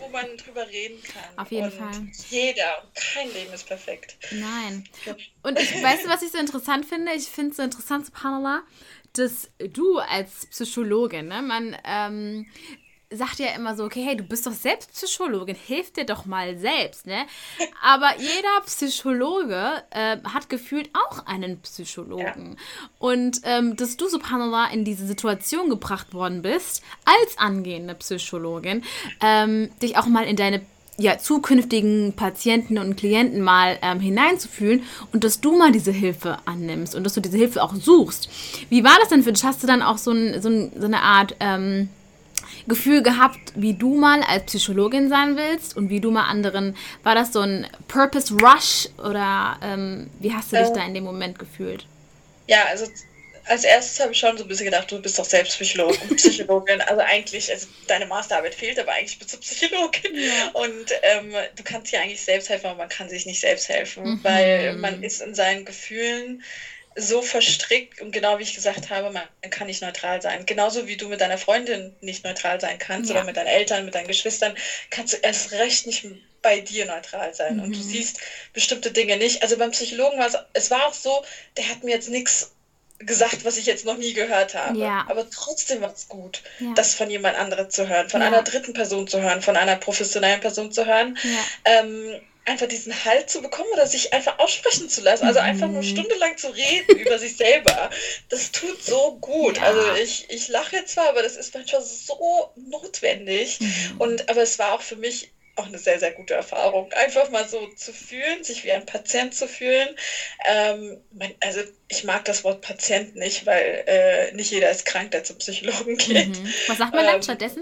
wo man drüber reden kann. Auf jeden und Fall. Jeder, kein Leben ist perfekt. Nein. Und ich, weißt du, was ich so interessant finde? Ich finde es so interessant, Subhanallah, dass du als Psychologin, ne, man ähm, sagt ja immer so, okay, hey, du bist doch selbst Psychologin, hilf dir doch mal selbst, ne? Aber jeder Psychologe äh, hat gefühlt auch einen Psychologen. Ja. Und ähm, dass du, Subhanallah, in diese Situation gebracht worden bist, als angehende Psychologin, ähm, dich auch mal in deine ja, zukünftigen Patienten und Klienten mal ähm, hineinzufühlen und dass du mal diese Hilfe annimmst und dass du diese Hilfe auch suchst. Wie war das denn für dich? Hast du dann auch so, ein, so, ein, so eine Art ähm, Gefühl gehabt, wie du mal als Psychologin sein willst und wie du mal anderen, war das so ein Purpose Rush oder ähm, wie hast du dich äh, da in dem Moment gefühlt? Ja, also als erstes habe ich schon so ein bisschen gedacht, du bist doch selbst Psychologin. Psychologin. Also eigentlich, also deine Masterarbeit fehlt, aber eigentlich bist du Psychologin. Ja. Und ähm, du kannst dir eigentlich selbst helfen, aber man kann sich nicht selbst helfen, mhm. weil man ist in seinen Gefühlen so verstrickt und genau wie ich gesagt habe, man kann nicht neutral sein. Genauso wie du mit deiner Freundin nicht neutral sein kannst ja. oder mit deinen Eltern, mit deinen Geschwistern, kannst du erst recht nicht bei dir neutral sein. Mhm. Und du siehst bestimmte Dinge nicht. Also beim Psychologen war es, es war auch so, der hat mir jetzt nichts gesagt, was ich jetzt noch nie gehört habe. Ja. Aber trotzdem war es gut, ja. das von jemand anderem zu hören, von ja. einer dritten Person zu hören, von einer professionellen Person zu hören. Ja. Ähm, einfach diesen Halt zu bekommen oder sich einfach aussprechen zu lassen. Also einfach nur stundenlang zu reden über sich selber. Das tut so gut. Ja. Also ich, ich lache zwar, aber das ist manchmal so notwendig. Mhm. Und, aber es war auch für mich auch eine sehr, sehr gute Erfahrung. Einfach mal so zu fühlen, sich wie ein Patient zu fühlen. Ähm, mein, also ich mag das Wort Patient nicht, weil äh, nicht jeder ist krank, der zum Psychologen geht. Mhm. Was sagt man dann ähm, stattdessen?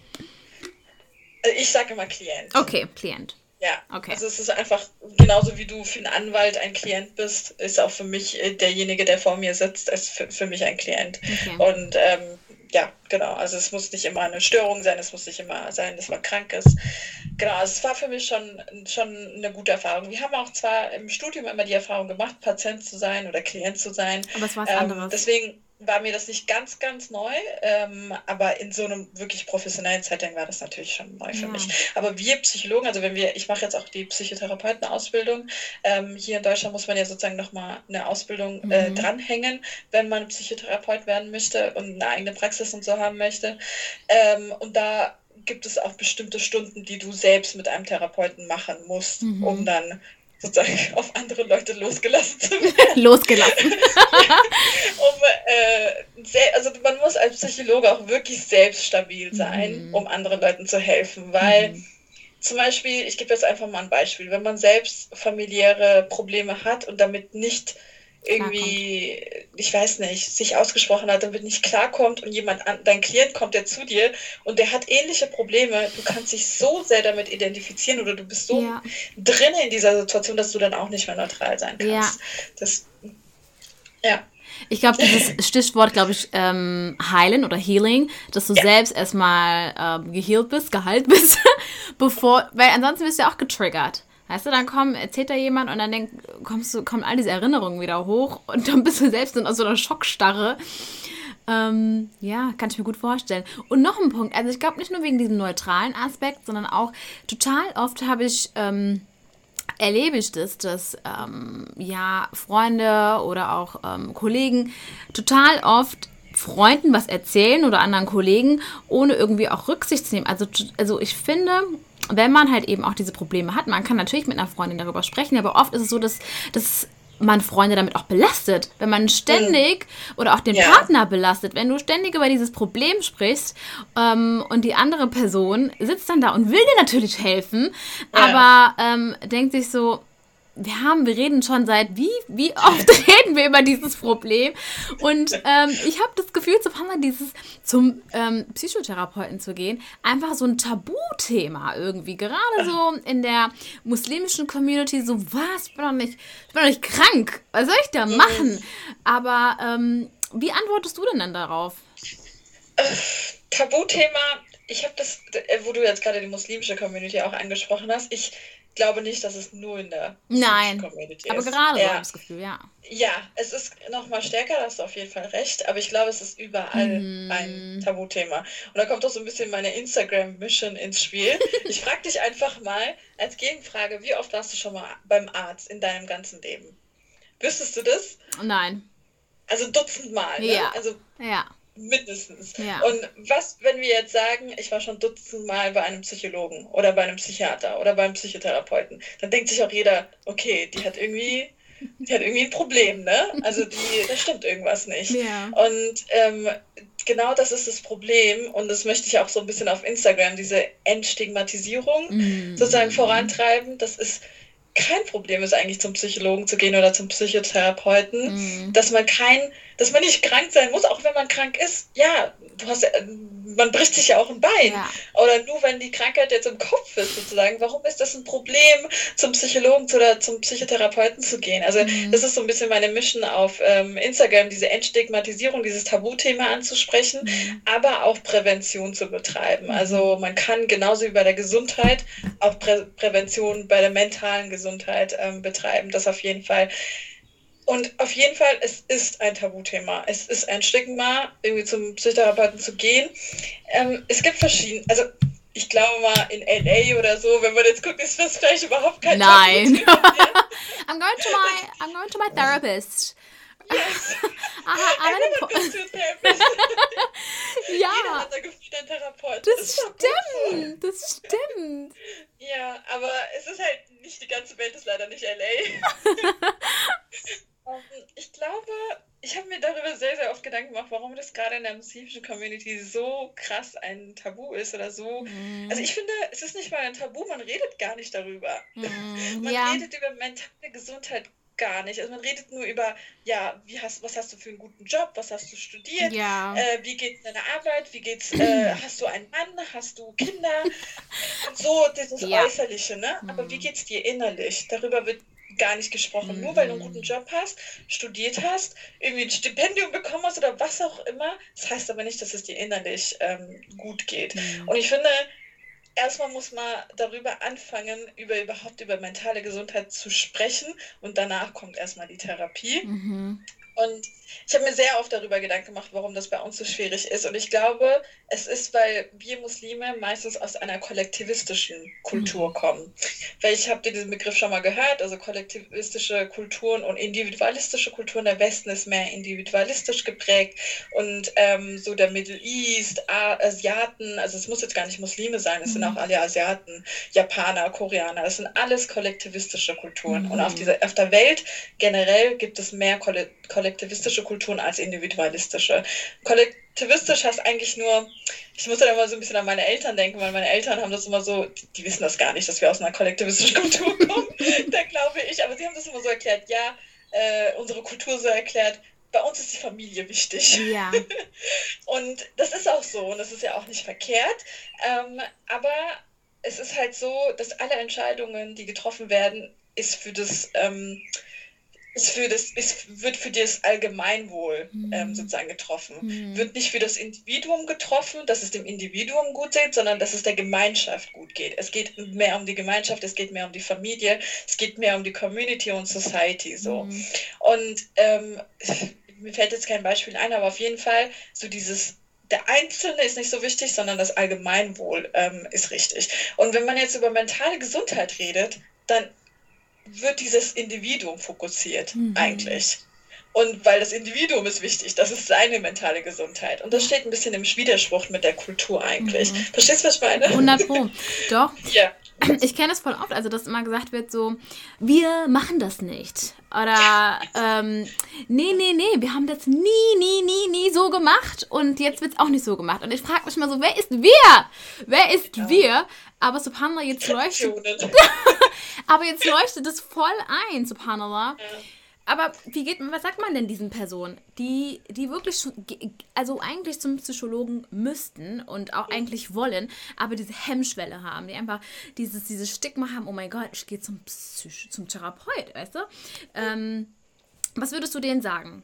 Ich sage immer Klient. Okay, Klient. Ja, okay. Also es ist einfach genauso wie du für einen Anwalt ein Klient bist, ist auch für mich derjenige, der vor mir sitzt, ist für, für mich ein Klient. Okay. Und ähm, ja, genau, also es muss nicht immer eine Störung sein, es muss nicht immer sein, dass man krank ist. Genau, also es war für mich schon, schon eine gute Erfahrung. Wir haben auch zwar im Studium immer die Erfahrung gemacht, Patient zu sein oder Klient zu sein. Aber es war was ähm, anderes. Deswegen war mir das nicht ganz, ganz neu, ähm, aber in so einem wirklich professionellen Setting war das natürlich schon neu für ja. mich. Aber wir Psychologen, also wenn wir, ich mache jetzt auch die Psychotherapeutenausbildung, ähm, hier in Deutschland muss man ja sozusagen nochmal eine Ausbildung mhm. äh, dranhängen, wenn man Psychotherapeut werden möchte und eine eigene Praxis und so haben möchte. Ähm, und da gibt es auch bestimmte Stunden, die du selbst mit einem Therapeuten machen musst, mhm. um dann sozusagen auf andere Leute losgelassen zu werden. Losgelassen. um, äh, sehr, also man muss als Psychologe auch wirklich selbst stabil sein, mhm. um anderen Leuten zu helfen, weil mhm. zum Beispiel, ich gebe jetzt einfach mal ein Beispiel, wenn man selbst familiäre Probleme hat und damit nicht irgendwie, klarkommt. ich weiß nicht, sich ausgesprochen hat, damit nicht klarkommt und jemand an, dein Klient kommt ja zu dir und der hat ähnliche Probleme, du kannst dich so sehr damit identifizieren oder du bist so ja. drin in dieser Situation, dass du dann auch nicht mehr neutral sein kannst. Ja. Das, ja. Ich glaube, dieses Stichwort, glaube ich, ähm, heilen oder healing, dass du ja. selbst erstmal ähm, geheilt bist, geheilt bist, bevor, weil ansonsten bist du ja auch getriggert. Weißt du, dann komm, erzählt da jemand und dann denk, kommst du, kommen all diese Erinnerungen wieder hoch und dann bist du selbst in so einer Schockstarre. Ähm, ja, kann ich mir gut vorstellen. Und noch ein Punkt, also ich glaube nicht nur wegen diesem neutralen Aspekt, sondern auch total oft habe ich, ähm, erlebe ich das, dass ähm, ja, Freunde oder auch ähm, Kollegen total oft Freunden was erzählen oder anderen Kollegen, ohne irgendwie auch Rücksicht zu nehmen. Also, also ich finde, wenn man halt eben auch diese Probleme hat, man kann natürlich mit einer Freundin darüber sprechen, aber oft ist es so, dass, dass man Freunde damit auch belastet. Wenn man ständig mhm. oder auch den ja. Partner belastet, wenn du ständig über dieses Problem sprichst ähm, und die andere Person sitzt dann da und will dir natürlich helfen, ja. aber ähm, denkt sich so, wir haben, wir reden schon seit, wie, wie oft reden wir über dieses Problem? Und ähm, ich habe das Gefühl, so haben wir dieses, zum ähm, Psychotherapeuten zu gehen, einfach so ein Tabuthema irgendwie. Gerade so in der muslimischen Community, so was, ich bin doch nicht, ich bin doch nicht krank, was soll ich da machen? Aber ähm, wie antwortest du denn dann darauf? Äh, Tabuthema, ich habe das, wo du jetzt gerade die muslimische Community auch angesprochen hast, ich glaube nicht, dass es nur in der Nein, Community aber ist. gerade so Ja. habe ich das Gefühl, ja. Ja, es ist noch mal stärker, da hast du auf jeden Fall recht, aber ich glaube, es ist überall Mhm. ein Tabuthema. Und da kommt auch so ein bisschen meine Instagram-Mission ins Spiel. Ich frage dich einfach mal als Gegenfrage, wie oft warst du schon mal beim Arzt in deinem ganzen Leben? Wüsstest du das? Nein, Also ein Dutzend Mal, ne? ja, Also ja, mindestens. ja. Und was, wenn wir jetzt sagen, ich war schon dutzendmal bei einem Psychologen oder bei einem Psychiater oder beim Psychotherapeuten, dann denkt sich auch jeder, okay, die hat irgendwie, die hat irgendwie ein Problem, ne? Also die, da stimmt irgendwas nicht. Ja. Und ähm, genau das ist das Problem und das möchte ich auch so ein bisschen auf Instagram, diese Entstigmatisierung Mhm. sozusagen vorantreiben. Das ist kein Problem ist eigentlich zum Psychologen zu gehen oder zum Psychotherapeuten, Mhm. dass man kein, dass man nicht krank sein muss, auch wenn man krank ist. Ja, du hast, man bricht sich ja auch ein Bein. Ja. Oder nur wenn die Krankheit jetzt im Kopf ist sozusagen. Warum ist das ein Problem, zum Psychologen oder zum Psychotherapeuten zu gehen? Also Mhm. das ist so ein bisschen meine Mission auf ähm, Instagram, diese Entstigmatisierung, dieses Tabuthema anzusprechen, Mhm. aber auch Prävention zu betreiben. Also man kann genauso wie bei der Gesundheit auch Prä Prävention bei der mentalen Gesundheit ähm, betreiben. Das auf jeden Fall. Und auf jeden Fall, es ist ein Tabuthema. Es ist ein Stigma, irgendwie zum Psychotherapeuten zu gehen. Ähm, es gibt verschiedene, also ich glaube mal in L A oder so, wenn man jetzt guckt, ist das vielleicht überhaupt kein Nein. Tabuthema mehr. I'm going to my I'm going to my therapist. Yes. Aha, aber Everyone Po- goes to a therapist. Jeder ja, hat da gefühlt einen Therapeuten. das ist doch gut so. stimmt, das stimmt. Ja, aber es ist halt nicht, die ganze Welt ist leider nicht L A. Um, ich glaube, ich habe mir darüber sehr, sehr oft Gedanken gemacht, warum das gerade in der muslimischen Community so krass ein Tabu ist oder so. Mhm. Also ich finde, es ist nicht mal ein Tabu, man redet gar nicht darüber. Mhm. Man Ja, redet über mentale Gesundheit gar nicht. Also man redet nur über, ja, wie hast, was hast du für einen guten Job, was hast du studiert, ja. äh, wie geht's deiner Arbeit, wie geht's, äh, hast du einen Mann, hast du Kinder? Und so dieses Ja. Äußerliche, ne? Aber wie Mhm. geht's dir innerlich? Darüber wird gar nicht gesprochen. Nur weil du einen guten Job hast, studiert hast, irgendwie ein Stipendium bekommen hast oder was auch immer, das heißt aber nicht, dass es dir innerlich ähm, gut geht. Mhm. Und ich finde, erstmal muss man darüber anfangen, über überhaupt über mentale Gesundheit zu sprechen und danach kommt erstmal die Therapie. Mhm. Und ich habe mir sehr oft darüber Gedanken gemacht, warum das bei uns so schwierig ist. Und ich glaube, es ist, weil wir Muslime meistens aus einer kollektivistischen Kultur kommen. Weil ich habe diesen Begriff schon mal gehört, also kollektivistische Kulturen und individualistische Kulturen. Der Westen ist mehr individualistisch geprägt und ähm, so der Middle East, A Asiaten, also es muss jetzt gar nicht Muslime sein, es sind auch alle Asiaten, Japaner, Koreaner, das sind alles kollektivistische Kulturen. Mhm. Und auf, dieser, auf der Welt generell gibt es mehr kolle kollektivistische Kulturen als individualistische. Kollektivistisch heißt eigentlich nur, ich muss dann immer so ein bisschen an meine Eltern denken, weil meine Eltern haben das immer so, die, die wissen das gar nicht, dass wir aus einer kollektivistischen Kultur kommen, da glaube ich, aber sie haben das immer so erklärt, ja, äh, unsere Kultur so erklärt, bei uns ist die Familie wichtig. Ja. Und das ist auch so und das ist ja auch nicht verkehrt, ähm, aber es ist halt so, dass alle Entscheidungen, die getroffen werden, ist für das ähm, ist für das, ist, wird für das Allgemeinwohl ähm, sozusagen getroffen. Mhm. Wird nicht für das Individuum getroffen, dass es dem Individuum gut geht, sondern dass es der Gemeinschaft gut geht. Es geht mehr um die Gemeinschaft, es geht mehr um die Familie, es geht mehr um die Community und Society so. Mhm. Und ähm, mir fällt jetzt kein Beispiel ein, aber auf jeden Fall so dieses der Einzelne ist nicht so wichtig, sondern das Allgemeinwohl ähm, ist richtig. Und wenn man jetzt über mentale Gesundheit redet, dann wird dieses Individuum fokussiert, Mhm. eigentlich. Und weil das Individuum ist wichtig, das ist seine mentale Gesundheit. Und das steht ein bisschen im Widerspruch mit der Kultur eigentlich. Mhm. Verstehst du, was ich meine? hundert Pro. Doch. Ja. Ich kenne das voll oft, also dass immer gesagt wird so, wir machen das nicht. Oder, ähm, nee, nee, nee, wir haben das nie, nie, nie, nie so gemacht und jetzt wird es auch nicht so gemacht. Und ich frage mich mal so, wer ist wir? Wer ist Ja. wir? Aber Subhanallah, jetzt leuchtet, Traditionen. aber jetzt leuchtet es voll ein, Subhanallah. Ja. Aber wie geht, was sagt man denn diesen Personen, die, die wirklich schon, ge- also eigentlich zum Psychologen müssten und auch eigentlich wollen, aber diese Hemmschwelle haben, die einfach dieses, dieses Stigma haben, oh mein Gott, ich gehe zum Psych zum Therapeut, weißt du? Ähm, was würdest du denen sagen?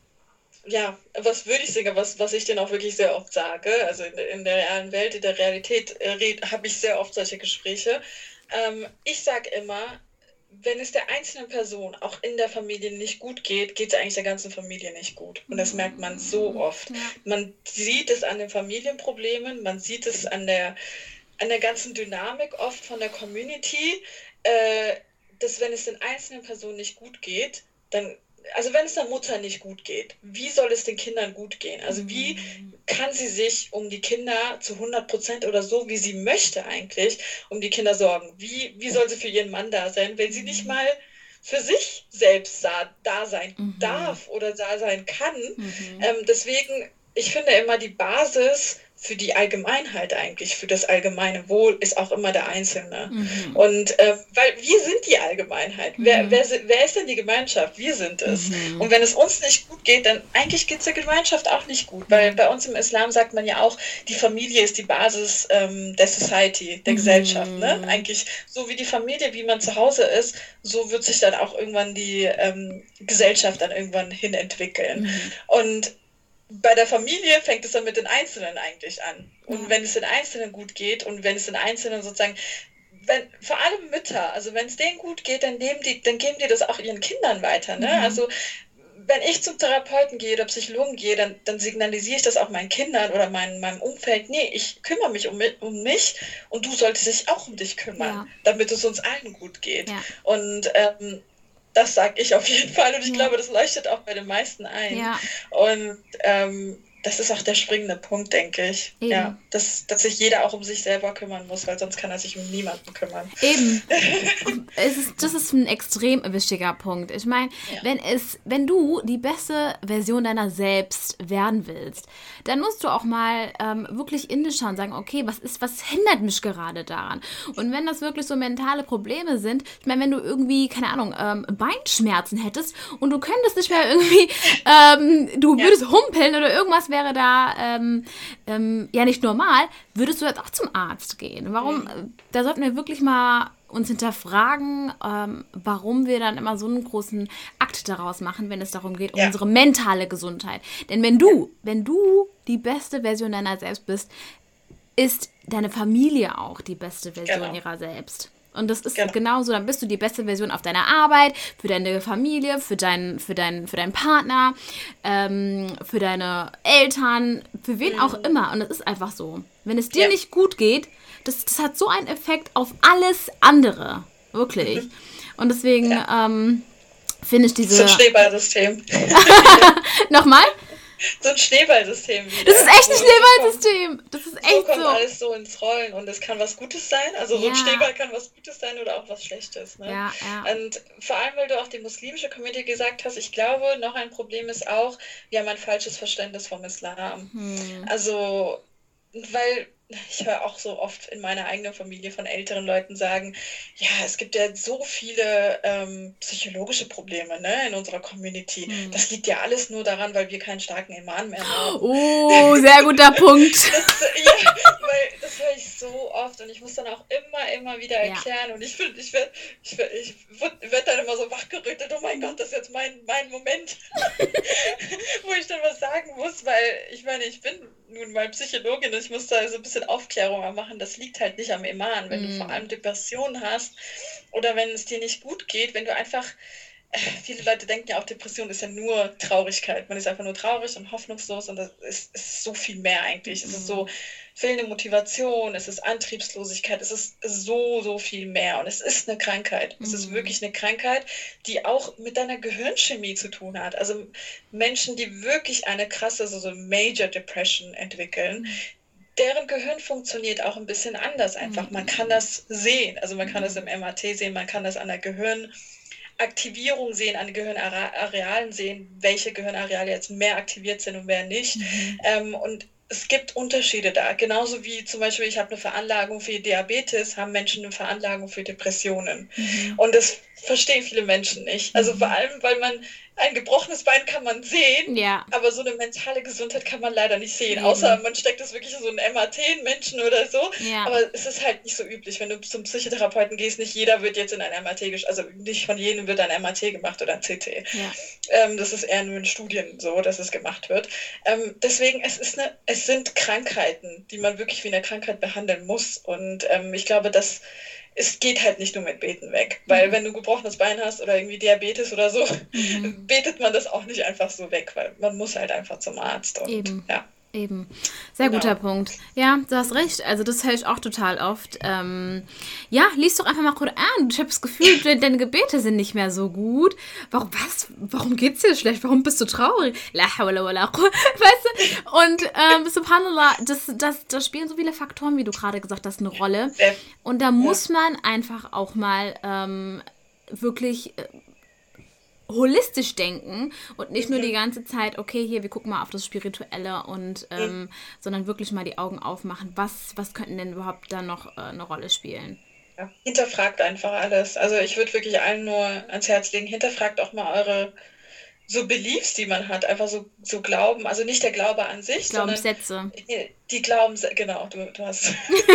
Ja, was würde ich sagen, was, was ich denen auch wirklich sehr oft sage, also in, in der realen Welt, in der Realität äh, red- habe ich sehr oft solche Gespräche. Ähm, ich sage immer, wenn es der einzelnen Person auch in der Familie nicht gut geht, geht es eigentlich der ganzen Familie nicht gut. Und das merkt man so oft. Ja. Man sieht es an den Familienproblemen, man sieht es an der, an der ganzen Dynamik oft von der Community, äh, dass wenn es den einzelnen Personen nicht gut geht, dann, also wenn es der Mutter nicht gut geht, wie soll es den Kindern gut gehen? Also wie kann sie sich um die Kinder zu hundert Prozent oder so, wie sie möchte eigentlich, um die Kinder sorgen? Wie, wie soll sie für ihren Mann da sein, wenn sie nicht mal für sich selbst da, da sein Mhm. darf oder da sein kann? Mhm. Ähm, deswegen, ich finde immer die Basis für die Allgemeinheit eigentlich, für das allgemeine Wohl, ist auch immer der Einzelne. Mhm. Und äh, weil wir sind die Allgemeinheit. Wer, Mhm. wer, si- wer ist denn die Gemeinschaft? Wir sind es. Mhm. Und wenn es uns nicht gut geht, dann eigentlich geht es der Gemeinschaft auch nicht gut. Weil bei uns im Islam sagt man ja auch, die Familie ist die Basis ähm, der Society, der Mhm. Gesellschaft. Ne? Eigentlich so wie die Familie, wie man zu Hause ist, so wird sich dann auch irgendwann die ähm, Gesellschaft dann irgendwann hin entwickeln. Mhm. Und bei der Familie fängt es dann mit den Einzelnen eigentlich an. Und Ja. wenn es den Einzelnen gut geht und wenn es den Einzelnen sozusagen, wenn, vor allem Mütter, also wenn es denen gut geht, dann, nehmen die, dann geben die das auch ihren Kindern weiter. Ne? Mhm. Also wenn ich zum Therapeuten gehe oder Psychologen gehe, dann, dann signalisiere ich das auch meinen Kindern oder mein, meinem Umfeld. Nee, ich kümmere mich um, mi- um mich und du solltest dich auch um dich kümmern, Ja. damit es uns allen gut geht. Ja. Und ähm, das sage ich auf jeden Fall und ich Ja. glaube, das leuchtet auch bei den meisten ein. Ja. Und ähm, das ist auch der springende Punkt, denke ich. Eben. Ja, dass, dass sich jeder auch um sich selber kümmern muss, weil sonst kann er sich um niemanden kümmern. Eben. Es ist, das ist ein extrem wichtiger Punkt. Ich meine, Ja. wenn es, wenn du die beste Version deiner selbst werden willst, dann musst du auch mal ähm, wirklich in dich schauen und sagen, okay, was ist, was hindert mich gerade daran? Und wenn das wirklich so mentale Probleme sind, ich meine, wenn du irgendwie, keine Ahnung, ähm, Beinschmerzen hättest und du könntest nicht mehr irgendwie, ähm, du Ja. würdest humpeln oder irgendwas wäre da ähm, ähm, ja nicht normal, würdest du jetzt auch zum Arzt gehen. Warum? Mhm. Da sollten wir wirklich mal uns hinterfragen, ähm, warum wir dann immer so einen großen Akt daraus machen, wenn es darum geht, um Ja. unsere mentale Gesundheit. Denn wenn du, wenn du die beste Version deiner selbst bist, ist deine Familie auch die beste Version Genau. ihrer selbst. Und das ist Genau. genauso, dann bist du die beste Version auf deiner Arbeit, für deine Familie, für, dein, für, dein, für deinen Partner, ähm, für deine Eltern, für wen auch immer. Und das ist einfach so. Wenn es dir Ja. nicht gut geht, das, das hat so einen Effekt auf alles andere. Wirklich. Und deswegen ähm, finde ich So diese... ein Schneeballsystem. Nochmal? So ein Schneeballsystem wieder. Das ist echt ein So- so kommt- Schneeballsystem. Das ist So echt kommt so. alles so ins Rollen und es kann was Gutes sein. Also so ein Ja. Schneeball kann was Gutes sein oder auch was Schlechtes. Ne? Ja, ja. Und vor allem, weil du auch die muslimische Community gesagt hast, ich glaube, noch ein Problem ist auch, wir haben ein falsches Verständnis vom Islam. Hm. Also, weil ich höre auch so oft in meiner eigenen Familie von älteren Leuten sagen, ja, es gibt ja so viele ähm, psychologische Probleme, ne, in unserer Community. Hm. Das liegt ja alles nur daran, weil wir keinen starken Iman mehr haben. Oh, sehr guter Punkt. Das, ja, weil das höre ich so oft und ich muss dann auch immer, immer wieder Ja. erklären und ich finde, ich werde ich werd, ich werd, werd dann immer so wachgerüttelt, oh mein Gott, das ist jetzt mein, mein Moment, wo ich dann was sagen muss, weil ich meine, ich bin nun mal Psychologin und ich muss da so ein bisschen Aufklärung auch machen, das liegt halt nicht am Iman, wenn Mm. du vor allem Depressionen hast oder wenn es dir nicht gut geht, wenn du einfach äh, viele Leute denken ja auch, Depression ist ja nur Traurigkeit. Man ist einfach nur traurig und hoffnungslos und das ist, ist so viel mehr eigentlich. Es ist so fehlende Motivation, es ist Antriebslosigkeit, es ist so, so viel mehr und es ist eine Krankheit. Es ist Mhm. wirklich eine Krankheit, die auch mit deiner Gehirnchemie zu tun hat. Also Menschen, die wirklich eine krasse, also so Major Depression entwickeln, deren Gehirn funktioniert auch ein bisschen anders einfach. Man kann das sehen, also man kann das im M R T sehen, man kann das an der Gehirnaktivierung sehen, an den Gehirnarealen sehen, welche Gehirnareale jetzt mehr aktiviert sind und wer nicht. Mhm. Ähm, und es gibt Unterschiede da. Genauso wie zum Beispiel, ich habe eine Veranlagung für Diabetes, haben Menschen eine Veranlagung für Depressionen. Mhm. Und das verstehen viele Menschen nicht. Also Mhm. vor allem, weil man ein gebrochenes Bein kann man sehen, Ja. aber so eine mentale Gesundheit kann man leider nicht sehen. Eben. Außer man steckt das wirklich in so ein M R T in Menschen oder so. Ja. Aber es ist halt nicht so üblich, wenn du zum Psychotherapeuten gehst, nicht jeder wird jetzt in ein M R T, gesch- also nicht von jedem wird ein M R T gemacht oder ein C T. Ja. Ähm, das ist eher nur in Studien so, dass es gemacht wird. Ähm, deswegen, es ist eine, es sind Krankheiten, die man wirklich wie eine Krankheit behandeln muss. Und ähm, ich glaube, dass es geht halt nicht nur mit Beten weg. Weil mhm. wenn du gebrochenes Bein hast oder irgendwie Diabetes oder so, mhm. betet man das auch nicht einfach so weg, weil man muss halt einfach zum Arzt. Und, Eben. Ja. Eben. Sehr Genau. guter Punkt. Ja, du hast recht. Also das höre ich auch total oft. Ähm, ja, lies doch einfach mal Koran. Ich habe das Gefühl, de- deine Gebete sind nicht mehr so gut. Warum, was? Warum geht's dir schlecht? Warum bist du traurig? La hawla wala quwwata. Weißt du? Und ähm, subhanallah, das, das, das spielen so viele Faktoren, wie du gerade gesagt hast, eine Rolle. Und da muss man einfach auch mal ähm, wirklich... Äh, holistisch denken und nicht nur die ganze Zeit, okay, hier, wir gucken mal auf das Spirituelle und ähm, mhm. sondern wirklich mal die Augen aufmachen. Was, was könnten denn überhaupt da noch äh, eine Rolle spielen? Ja. Hinterfragt einfach alles. Also ich würde wirklich allen nur ans Herz legen, hinterfragt auch mal eure so Beliefs, die man hat, einfach so, so Glauben, also nicht der Glaube an sich, Glaubenssätze. sondern die Glaubenssätze, genau, du, du hast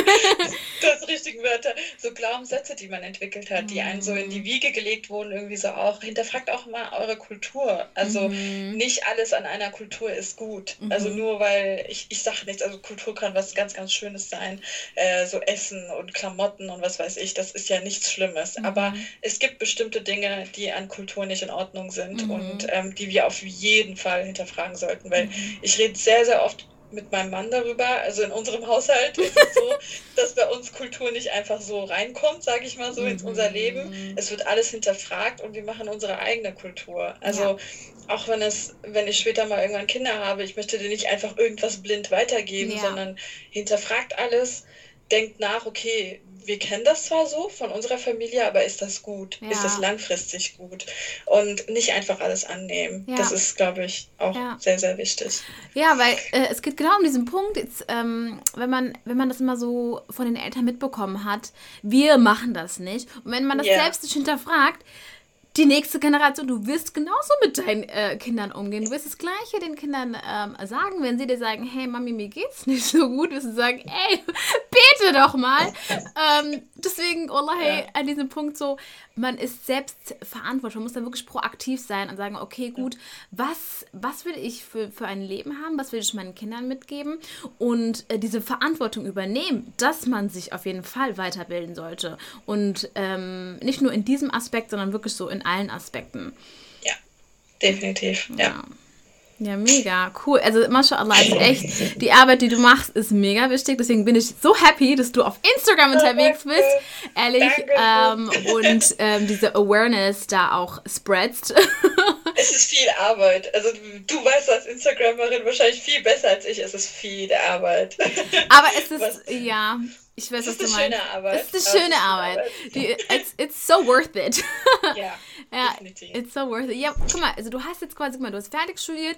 du hast die richtigen Wörter, so Glaubenssätze, die man entwickelt hat, mm. die einem so in die Wiege gelegt wurden, irgendwie so auch, hinterfragt auch mal eure Kultur, also mm. nicht alles an einer Kultur ist gut, mm. also nur weil, ich, ich sage nichts, also Kultur kann was ganz, ganz Schönes sein, äh, so Essen und Klamotten und was weiß ich, das ist ja nichts Schlimmes, mm. aber es gibt bestimmte Dinge, die an Kultur nicht in Ordnung sind mm. und ähm, die wir auf jeden Fall hinterfragen sollten, weil mm. ich rede sehr, sehr oft mit meinem Mann darüber, also in unserem Haushalt ist es so, dass bei uns Kultur nicht einfach so reinkommt, sage ich mal so, in unser Leben. Es wird alles hinterfragt und wir machen unsere eigene Kultur. Also ja. auch wenn es, wenn ich später mal irgendwann Kinder habe, ich möchte dir nicht einfach irgendwas blind weitergeben, ja. sondern hinterfragt alles, denkt nach, okay, wir kennen das zwar so von unserer Familie, aber ist das gut? Ja. Ist das langfristig gut? Und nicht einfach alles annehmen. Ja. Das ist, glaube ich, auch ja. sehr, sehr wichtig. Ja, weil äh, es geht genau um diesen Punkt, jetzt, ähm, wenn man, wenn man das immer so von den Eltern mitbekommen hat, wir machen das nicht. Und wenn man das yeah. selbst nicht hinterfragt, die nächste Generation, du wirst genauso mit deinen äh, Kindern umgehen. Du wirst das Gleiche den Kindern ähm, sagen, wenn sie dir sagen, hey Mami, mir geht's nicht so gut, wirst du sagen, ey, bete doch mal. ähm, deswegen, Wallahi, ja. an diesem Punkt so, man ist selbst verantwortlich, man muss da wirklich proaktiv sein und sagen, okay, gut, was, was will ich für, für ein Leben haben, was will ich meinen Kindern mitgeben und äh, diese Verantwortung übernehmen, dass man sich auf jeden Fall weiterbilden sollte und ähm, nicht nur in diesem Aspekt, sondern wirklich so in allen Aspekten. Ja, definitiv, ja. ja. Ja, mega, cool. Also, MashaAllah, ist echt, die Arbeit, die du machst, ist mega wichtig. Deswegen bin ich so happy, dass du auf Instagram unterwegs bist. Ehrlich. Ähm, und ähm, diese Awareness da auch spreadst. Es ist viel Arbeit. Also, du weißt als Instagramerin wahrscheinlich viel besser als ich. Es ist viel Arbeit. Aber es ist, was? ja... Ich weiß, das was ist du eine meinst. schöne Arbeit. Das ist eine schöne Arbeit. Arbeit. Die, it's, it's so worth it. Ja, ja, definitiv. It's so worth it. Ja, guck mal, also du hast jetzt quasi, guck mal, du hast fertig studiert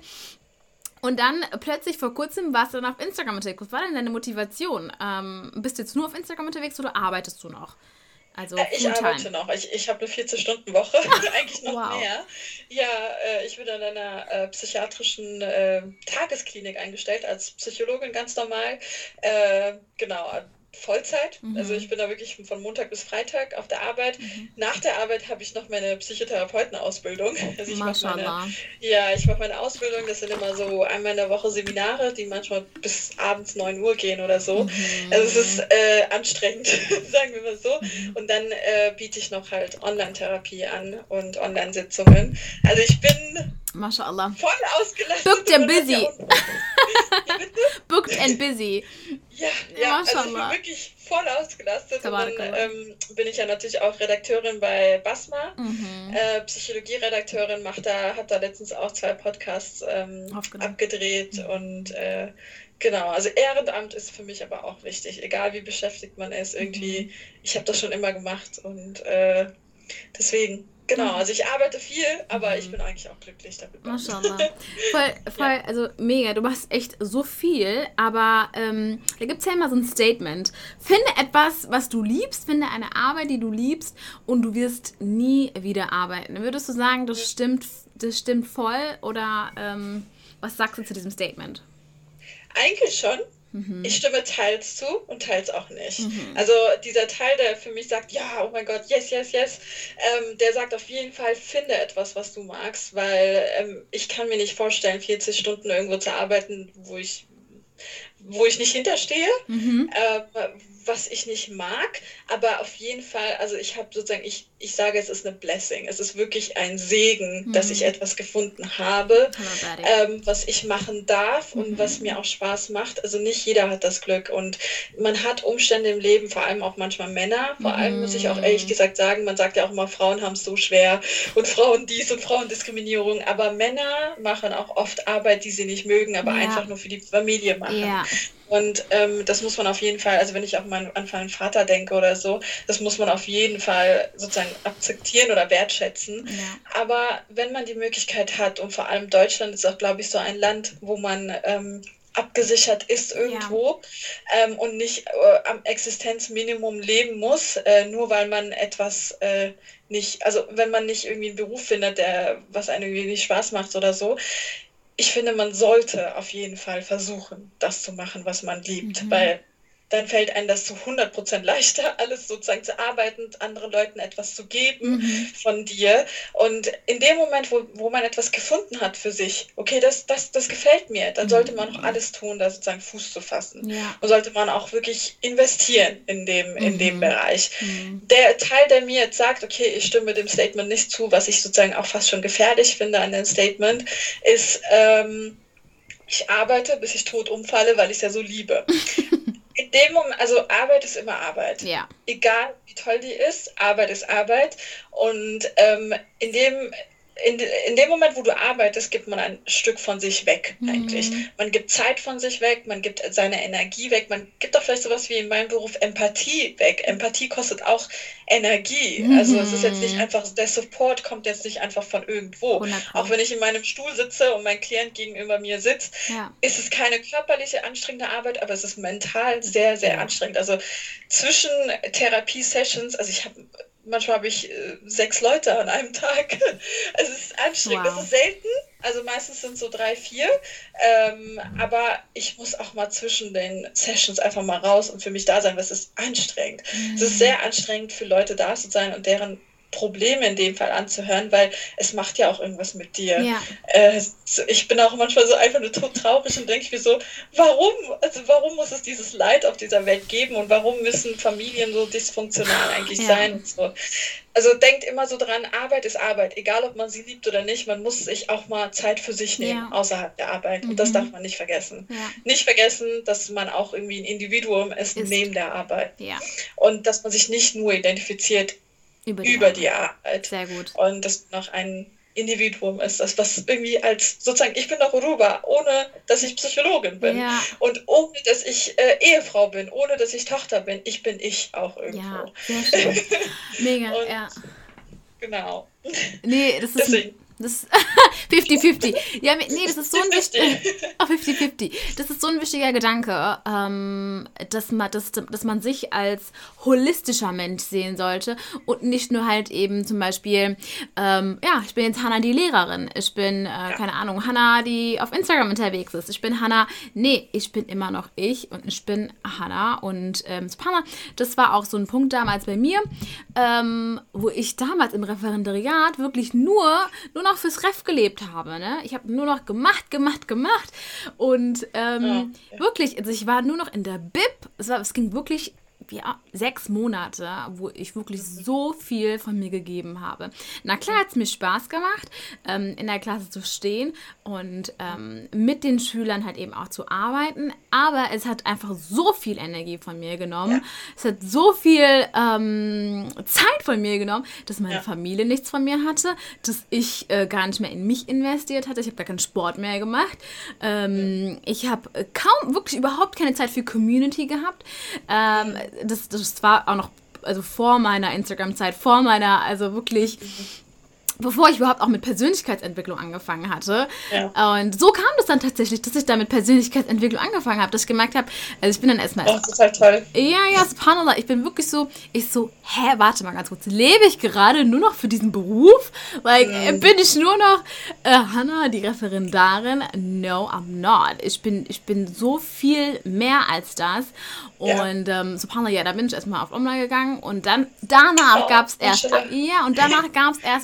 und dann plötzlich vor kurzem warst du dann auf Instagram unterwegs. Was war denn deine Motivation? Ähm, bist du jetzt nur auf Instagram unterwegs oder arbeitest du noch? Also äh, ich Fulltime. arbeite noch. Ich, ich habe eine vierzehn-Stunden-Woche, eigentlich noch wow. mehr. Ja, äh, ich bin in einer äh, psychiatrischen äh, Tagesklinik eingestellt, als Psychologin ganz normal. Äh, genau, Vollzeit, mhm. also ich bin da wirklich von Montag bis Freitag auf der Arbeit. Mhm. Nach der Arbeit habe ich noch meine Psychotherapeutenausbildung. Also ich mache meine, ja, ich mache meine Ausbildung, das sind immer so einmal in der Woche Seminare, die manchmal bis abends neun Uhr gehen oder so. Mhm. Also es ist äh, anstrengend, sagen wir mal so. Mhm. Und dann äh, biete ich noch halt Online-Therapie an und Online-Sitzungen. Also ich bin MashaAllah. voll ausgelastet. Booked and busy. Booked and busy. Ja, ja, also ich bin wirklich voll ausgelastet. Und dann ähm, bin ich ja natürlich auch Redakteurin bei Basma, mhm. äh, Psychologie-Redakteurin, mach da, habe da letztens auch zwei Podcasts ähm, abgedreht mhm. und äh, genau, also Ehrenamt ist für mich aber auch wichtig, egal wie beschäftigt man ist, irgendwie, mhm. ich habe das schon immer gemacht und äh, deswegen. Genau, also ich arbeite viel, aber mhm. ich bin eigentlich auch glücklich damit. Maschallah. Voll, voll, ja. Also mega, du machst echt so viel, aber ähm, da gibt es ja immer so ein Statement. Finde etwas, was du liebst, finde eine Arbeit, die du liebst und du wirst nie wieder arbeiten. Würdest du sagen, das stimmt, das stimmt voll oder ähm, was sagst du zu diesem Statement? Eigentlich schon. Mhm. Ich stimme teils zu und teils auch nicht. Mhm. Also dieser Teil, der für mich sagt, ja, oh mein Gott, yes, yes, yes, ähm, der sagt auf jeden Fall, finde etwas, was du magst, weil ähm, ich kann mir nicht vorstellen, vierzig Stunden irgendwo zu arbeiten, wo ich wo ich nicht hinterstehe, Mhm. äh, was ich nicht mag, aber auf jeden Fall, also ich habe sozusagen, ich, ich sage, es ist eine Blessing, es ist wirklich ein Segen, Mhm. dass ich etwas gefunden habe, Hammer, buddy. ähm, was ich machen darf und Mhm. was mir auch Spaß macht. Also nicht jeder hat das Glück und man hat Umstände im Leben, vor allem auch manchmal Männer, vor allem muss ich auch ehrlich Mhm. gesagt sagen, man sagt ja auch immer, Frauen haben es so schwer und Frauen dies und Frauendiskriminierung, aber Männer machen auch oft Arbeit, die sie nicht mögen, aber Ja. einfach nur für die Familie machen. Ja. Und ähm, das muss man auf jeden Fall, also wenn ich auch mal an meinen Vater denke oder so, das muss man auf jeden Fall sozusagen akzeptieren oder wertschätzen. Ja. Aber wenn man die Möglichkeit hat, und vor allem Deutschland ist auch, glaube ich, so ein Land, wo man ähm, abgesichert ist irgendwo, ja. ähm, und nicht äh, am Existenzminimum leben muss, äh, nur weil man etwas äh, nicht, also wenn man nicht irgendwie einen Beruf findet, der was einem irgendwie nicht Spaß macht oder so. Ich finde, man sollte auf jeden Fall versuchen, das zu machen, was man liebt, Mhm. weil dann fällt einem das zu hundert Prozent leichter, alles sozusagen zu arbeiten, anderen Leuten etwas zu geben Mhm. von dir. Und in dem Moment, wo, wo man etwas gefunden hat für sich, okay, das, das, das gefällt mir, dann Mhm. sollte man auch alles tun, da sozusagen Fuß zu fassen. Ja. Und sollte man auch wirklich investieren in dem, in Mhm. dem Bereich. Mhm. Der Teil, der mir jetzt sagt, okay, ich stimme dem Statement nicht zu, was ich sozusagen auch fast schon gefährlich finde an dem Statement, ist, ähm, ich arbeite, bis ich tot umfalle, weil ich es ja so liebe. In dem Moment, also Arbeit ist immer Arbeit. Ja. Egal wie toll die ist, Arbeit ist Arbeit. Und ähm, in dem In, in dem Moment, wo du arbeitest, gibt man ein Stück von sich weg, eigentlich. Mhm. Man gibt Zeit von sich weg, man gibt seine Energie weg, man gibt auch vielleicht sowas wie in meinem Beruf Empathie weg. Empathie kostet auch Energie. Mhm. Also es ist jetzt nicht einfach, der Support kommt jetzt nicht einfach von irgendwo. hundert Prozent. Auch wenn ich in meinem Stuhl sitze und mein Klient gegenüber mir sitzt, Ja. ist es keine körperliche anstrengende Arbeit, aber es ist mental sehr, sehr Ja. anstrengend. Also zwischen Therapie-Sessions, also ich habe Manchmal habe ich äh, sechs Leute an einem Tag. Es ist anstrengend, Wow. das ist selten. Also meistens sind es so drei, vier. Ähm, aber ich muss auch mal zwischen den Sessions einfach mal raus und für mich da sein, weil es ist anstrengend. Mhm. Es ist sehr anstrengend für Leute da zu sein und deren Probleme in dem Fall anzuhören, weil es macht ja auch irgendwas mit dir. Ja. Äh, so, ich bin auch manchmal so einfach nur tot traurig und denke mir so, warum? Also warum muss es dieses Leid auf dieser Welt geben und warum müssen Familien so dysfunktional eigentlich Ja. sein und so. Also denkt immer so dran, Arbeit ist Arbeit, egal ob man sie liebt oder nicht, man muss sich auch mal Zeit für sich nehmen, Ja. außerhalb der Arbeit. Mhm. Und das darf man nicht vergessen. Ja. Nicht vergessen, dass man auch irgendwie ein Individuum ist, Ist. neben der Arbeit. Ja. Und dass man sich nicht nur identifiziert Über die, über Arbeit. die Arbeit. Sehr gut. Und dass man noch ein Individuum ist, das was irgendwie als, sozusagen, ich bin doch Uruba, ohne dass ich Psychologin bin. Ja. Und ohne dass ich äh, Ehefrau bin, ohne dass ich Tochter bin, ich bin ich auch irgendwo. Ja, sehr schön. Mega, Und ja. Genau. Nee, das ist Deswegen. das fifty fifty. Ja, nee, das ist so ein wichtiger oh, fifty fifty. Das ist so ein wichtiger Gedanke, ähm, dass man dass, dass man sich als holistischer Mensch sehen sollte und nicht nur halt eben zum Beispiel, ähm, ja, ich bin jetzt Hannah die Lehrerin, ich bin, äh, ja. keine Ahnung, Hannah, die auf Instagram unterwegs ist, ich bin Hannah, nee, ich bin immer noch ich und ich bin Hannah und ähm, Hannah, das war auch so ein Punkt damals bei mir, ähm, wo ich damals im Referendariat wirklich nur, nur noch fürs Ref gelebt habe, ne? Ich habe nur noch gemacht, gemacht, gemacht und ähm, Ja. wirklich, also ich war nur noch in der Bib, es, war, es ging wirklich ja, sechs Monate, wo ich wirklich so viel von mir gegeben habe. Na klar hat es mir Spaß gemacht, ähm, in der Klasse zu stehen und ähm, mit den Schülern halt eben auch zu arbeiten, aber es hat einfach so viel Energie von mir genommen, Ja. es hat so viel ähm, Zeit von mir genommen, dass meine Ja. Familie nichts von mir hatte, dass ich äh, gar nicht mehr in mich investiert hatte, ich habe gar keinen Sport mehr gemacht, ähm, ich habe äh, kaum, wirklich überhaupt keine Zeit für Community gehabt, ähm, das, das war auch noch, also vor meiner Instagram-Zeit, vor meiner, also wirklich, bevor ich überhaupt auch mit Persönlichkeitsentwicklung angefangen hatte. Ja. Und so kam das dann tatsächlich, dass ich da mit Persönlichkeitsentwicklung angefangen habe, dass ich gemerkt habe, also ich bin dann erstmal... Oh, total toll. Ja, ja, subhanallah, ich bin wirklich so, ich so, hä, warte mal ganz kurz, lebe ich gerade nur noch für diesen Beruf? Like, Mm. bin ich nur noch äh, Hannah, die Referendarin? No, I'm not. Ich bin, ich bin so viel mehr als das. Ja. Und ähm, subhanallah, ja, da bin ich erstmal auf Umrah gegangen und dann, danach Oh, gab es erst, Mashallah. ja, und danach gab es erst bei mir einen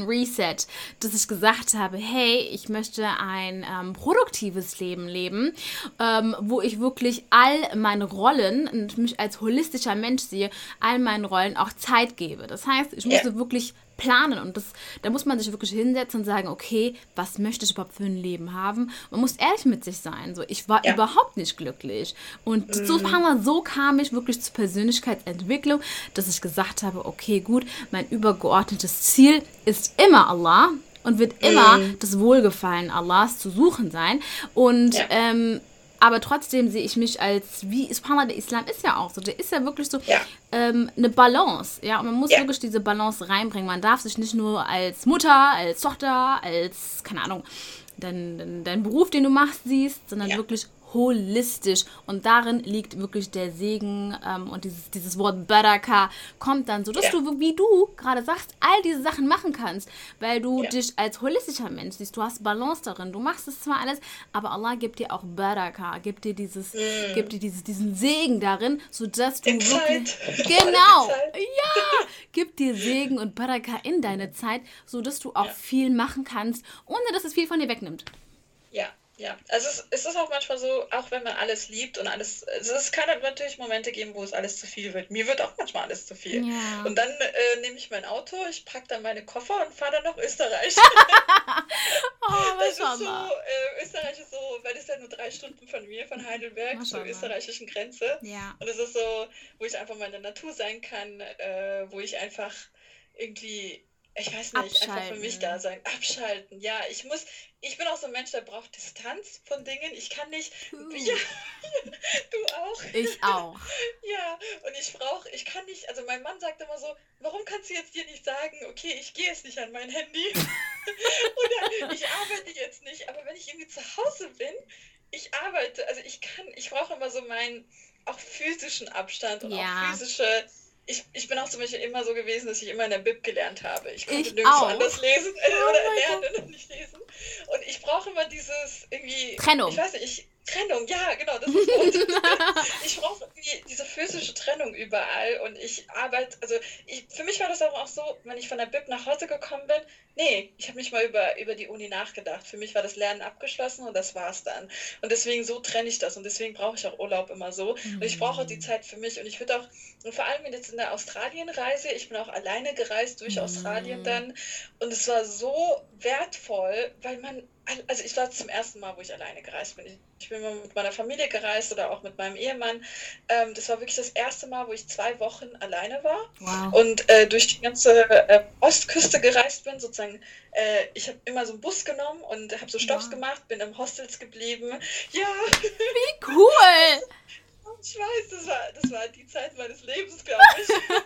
ein Reset, dass ich gesagt habe, hey, ich möchte ein ähm, produktives Leben leben, ähm, wo ich wirklich all meine Rollen und mich als holistischer Mensch sehe, all meinen Rollen auch Zeit gebe. Das heißt, ich musste ja. wirklich planen und das, da muss man sich wirklich hinsetzen und sagen, okay, was möchte ich überhaupt für ein Leben haben? Man muss ehrlich mit sich sein. So, ich war ja. überhaupt nicht glücklich. Und mm. so, so kam ich wirklich zur Persönlichkeitsentwicklung, dass ich gesagt habe, okay, gut, mein übergeordnetes Ziel ist immer Allah und wird immer mm. das Wohlgefallen Allahs zu suchen sein. Und ja. ähm, aber trotzdem sehe ich mich als, wie, subhanallah, der Islam ist ja auch so, der ist ja wirklich so ja. ähm, eine Balance, ja, und man muss ja. wirklich diese Balance reinbringen. Man darf sich nicht nur als Mutter, als Tochter, als, keine Ahnung, deinen dein, dein Beruf, den du machst, siehst, sondern ja. wirklich holistisch. Und darin liegt wirklich der Segen ähm, und dieses, dieses Wort Baraka kommt dann so, dass ja. du, wie du gerade sagst, all diese Sachen machen kannst, weil du ja. dich als holistischer Mensch siehst. Du hast Balance darin. Du machst es zwar alles, aber Allah gibt dir auch Baraka, gibt dir dieses, mm. gibt dir dieses, diesen Segen darin, sodass du in wirklich... Zeit. Genau! Ja! Gibt dir Segen und Baraka in deine Zeit, sodass du auch ja. viel machen kannst, ohne dass es viel von dir wegnimmt. Ja. Ja, also es, es ist auch manchmal so, auch wenn man alles liebt und alles, also es kann natürlich Momente geben, wo es alles zu viel wird. Mir wird auch manchmal alles zu viel. Ja. Und dann äh, nehme ich mein Auto, ich packe dann meine Koffer und fahre dann nach Österreich. oh, das ist so, äh, Österreich ist so, weil es ja nur drei Stunden von mir, von Heidelberg zur österreichischen Grenze. Ja. Und es ist so, wo ich einfach mal in der Natur sein kann, äh, wo ich einfach irgendwie... Ich weiß nicht, abschalten. Einfach für mich da sein, abschalten. Ja, ich muss, ich bin auch so ein Mensch, der braucht Distanz von Dingen. Ich kann nicht, uh. ja, du auch. Ich auch. Ja, und ich brauche, ich kann nicht, also mein Mann sagt immer so, warum kannst du jetzt dir nicht sagen, okay, ich gehe jetzt nicht an mein Handy oder ich arbeite jetzt nicht, aber wenn ich irgendwie zu Hause bin, ich arbeite, also ich kann, ich brauche immer so meinen auch physischen Abstand und ja. auch physische... Ich, ich bin auch zum Beispiel immer so gewesen, dass ich immer in der Bib gelernt habe. Ich konnte ich nirgendwo anders lesen äh, oh oder lernen und nicht lesen. Und ich brauche immer dieses irgendwie... Trennung. Ich weiß nicht, ich... Trennung, ja, genau, das ist gut. Ich brauche diese physische Trennung überall und ich arbeite, also ich, für mich war das auch, auch so, wenn ich von der Bib nach Hause gekommen bin, nee, ich habe nicht mal über, über die Uni nachgedacht. Für mich war das Lernen abgeschlossen und das war's dann. Und deswegen so trenne ich das und deswegen brauche ich auch Urlaub immer so. Mhm. Und ich brauche auch die Zeit für mich und ich würde auch, und vor allem jetzt in der Australienreise, ich bin auch alleine gereist durch mhm. Australien dann und es war so wertvoll, weil man, also ich war zum ersten Mal, wo ich alleine gereist bin. Ich bin mal mit meiner Familie gereist oder auch mit meinem Ehemann. Ähm, das war wirklich das erste Mal, wo ich zwei Wochen alleine war wow. und äh, durch die ganze äh, Ostküste gereist bin. Sozusagen, äh, ich habe immer so einen Bus genommen und habe so Stopps wow. gemacht, bin im Hostels geblieben. Ja. Wie cool! Ich weiß, das war, das war die Zeit meines Lebens, glaube ich.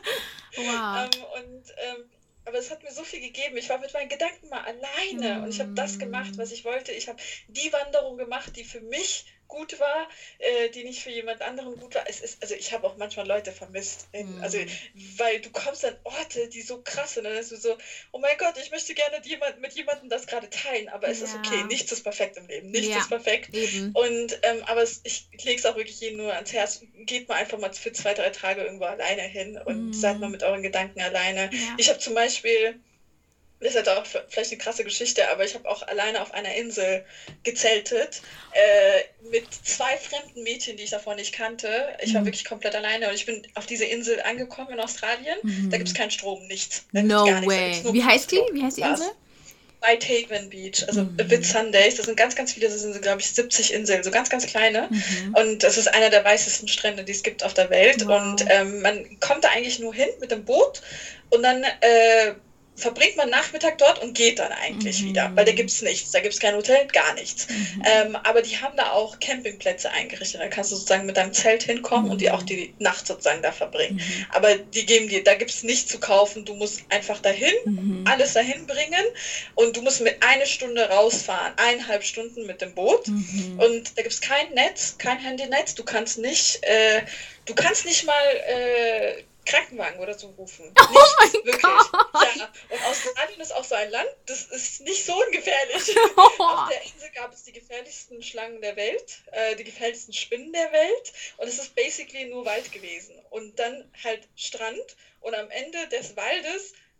wow. ähm, und ähm, aber es hat mir so viel gegeben. Ich war mit meinen Gedanken mal alleine mm. und ich habe das gemacht, was ich wollte. Ich habe die Wanderung gemacht, die für mich gut war, äh, die nicht für jemand anderen gut war. Es ist, also ich habe auch manchmal Leute vermisst. In, mm. Also, weil du kommst an Orte, die so krass sind. Und dann ist du so, oh mein Gott, ich möchte gerne jemand, mit jemandem das gerade teilen. Aber es ja. ist okay, nichts ist perfekt im Leben. Nichts ja. ist perfekt. Eben. Und ähm, aber es, ich lege es auch wirklich jedem nur ans Herz. Geht mal einfach mal für zwei, drei Tage irgendwo alleine hin und mm. seid mal mit euren Gedanken alleine. Ja. Ich habe zum Beispiel... Das ist halt auch vielleicht eine krasse Geschichte, aber ich habe auch alleine auf einer Insel gezeltet äh, mit zwei fremden Mädchen, die ich davor nicht kannte. Ich war mhm. wirklich komplett alleine und ich bin auf diese Insel angekommen in Australien. Mhm. Da gibt es keinen Strom, nichts. Da no gar nichts. way. Wie heißt die? Wie heißt die Insel? Whitehaven Beach, also mhm. Whitsundays. Das sind ganz, ganz viele, das sind, glaube ich, siebzig Inseln, so ganz, ganz kleine. Mhm. Und das ist einer der weißesten Strände, die es gibt auf der Welt. Wow. Und ähm, man kommt da eigentlich nur hin mit dem Boot und dann... Äh, verbringt man Nachmittag dort und geht dann eigentlich mhm. wieder, weil da gibt es nichts, da gibt es kein Hotel, gar nichts. Mhm. Ähm, aber die haben da auch Campingplätze eingerichtet, da kannst du sozusagen mit deinem Zelt hinkommen mhm. und die auch die Nacht sozusagen da verbringen. Mhm. Aber die geben dir, da gibt es nichts zu kaufen, du musst einfach dahin, mhm. alles dahin bringen und du musst mit eine Stunde rausfahren, eineinhalb Stunden mit dem Boot mhm. und da gibt es kein Netz, kein Handynetz, du kannst nicht, äh, du kannst nicht mal äh, Krankenwagen oder so rufen. Oh Nichts, mein wirklich. Gott. Ja. Und Australien ist auch so ein Land, das ist nicht so ungefährlich. Oh. Auf der Insel gab es die gefährlichsten Schlangen der Welt, äh, die gefährlichsten Spinnen der Welt und es ist basically nur Wald gewesen. Und dann halt Strand und am Ende des Waldes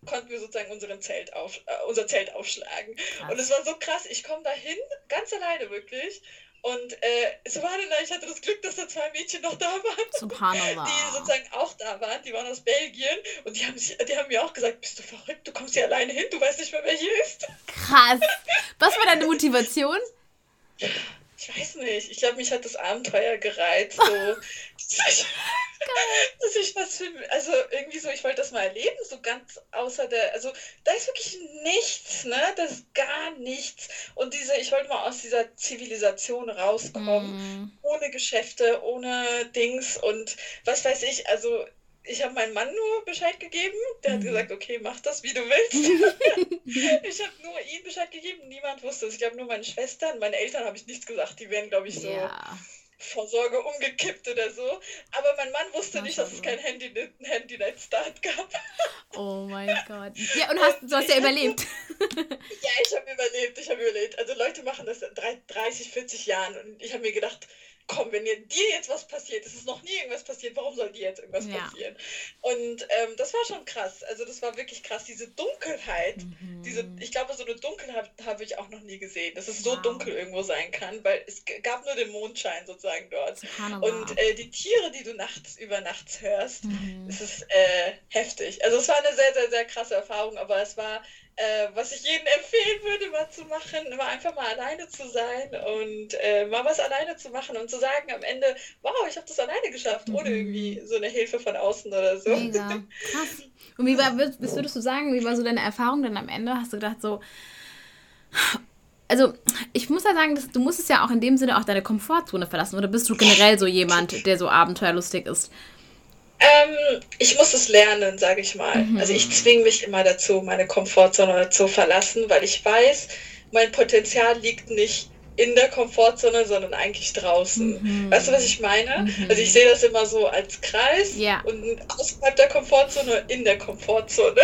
konnten wir sozusagen unseren Zelt auf, äh, unser Zelt aufschlagen. Krass. Und es war so krass, ich komme dahin, ganz alleine wirklich. Und äh, Subhanallah, ich hatte das Glück, dass da zwei Mädchen noch da waren, Subhanallah. die sozusagen auch da waren. Die waren aus Belgien und die haben, sich, die haben mir auch gesagt, bist du verrückt, du kommst hier alleine hin, du weißt nicht mehr, wer hier ist. Krass. Was war deine Motivation? Ich weiß nicht, ich glaube, mich hat das Abenteuer gereizt. So. dass ich was für, also irgendwie so, ich wollte das mal erleben, so ganz außer der, also da ist wirklich nichts, ne, das ist gar nichts. Und diese, ich wollte mal aus dieser Zivilisation rauskommen, Mm. ohne Geschäfte, ohne Dings und was weiß ich, also ich habe meinem Mann nur Bescheid gegeben, der hat Mhm. gesagt, okay, mach das, wie du willst. Ich habe nur ihm Bescheid gegeben, niemand wusste es. Ich habe nur meine Schwestern, meine Eltern habe ich nichts gesagt, die wären, glaube ich, so Ja. vor Sorge umgekippt oder so. Aber mein Mann wusste nicht, dass es Maschallah. kein Handy, ein Handy-Start gab. Oh mein Gott. Ja, und hast, du hast ja überlebt. Ja, ich habe überlebt, ich habe überlebt. Also Leute machen das seit dreißig, vierzig Jahren und ich habe mir gedacht, komm, wenn dir jetzt was passiert, es ist noch nie irgendwas passiert, warum soll dir jetzt irgendwas Ja. passieren? Und ähm, das war schon krass. Also das war wirklich krass, diese Dunkelheit. Mhm. Diese, ich glaube, so eine Dunkelheit habe ich auch noch nie gesehen, dass es so Wow. dunkel irgendwo sein kann, weil es g- gab nur den Mondschein sozusagen dort. Subhanallah. Und äh, die Tiere, die du nachts über nachts hörst, Mhm. es ist äh, heftig. Also es war eine sehr, sehr, sehr krasse Erfahrung, aber es war, äh, was ich jedem empfehlen würde, mal zu machen, war einfach mal alleine zu sein und äh, mal was alleine zu machen und zu sagen am Ende, wow, ich habe das alleine geschafft, ohne Mhm. irgendwie so eine Hilfe von außen oder so. Mega. Krass. Und wie war, was was würdest du sagen, wie war so deine Erfahrung dann am Ende? Hast du gedacht so, also ich muss ja sagen, dass, du musstest ja auch in dem Sinne auch deine Komfortzone verlassen. Oder bist du generell so jemand, der so abenteuerlustig ist? Ähm, ich muss es lernen, sage ich mal. Mhm. Also ich zwinge mich immer dazu, meine Komfortzone zu verlassen, weil ich weiß, mein Potenzial liegt nicht in der Komfortzone, sondern eigentlich draußen. Mhm. Weißt du, was ich meine? Mhm. Also ich sehe das immer so als Kreis Ja. und außerhalb der Komfortzone, in der Komfortzone.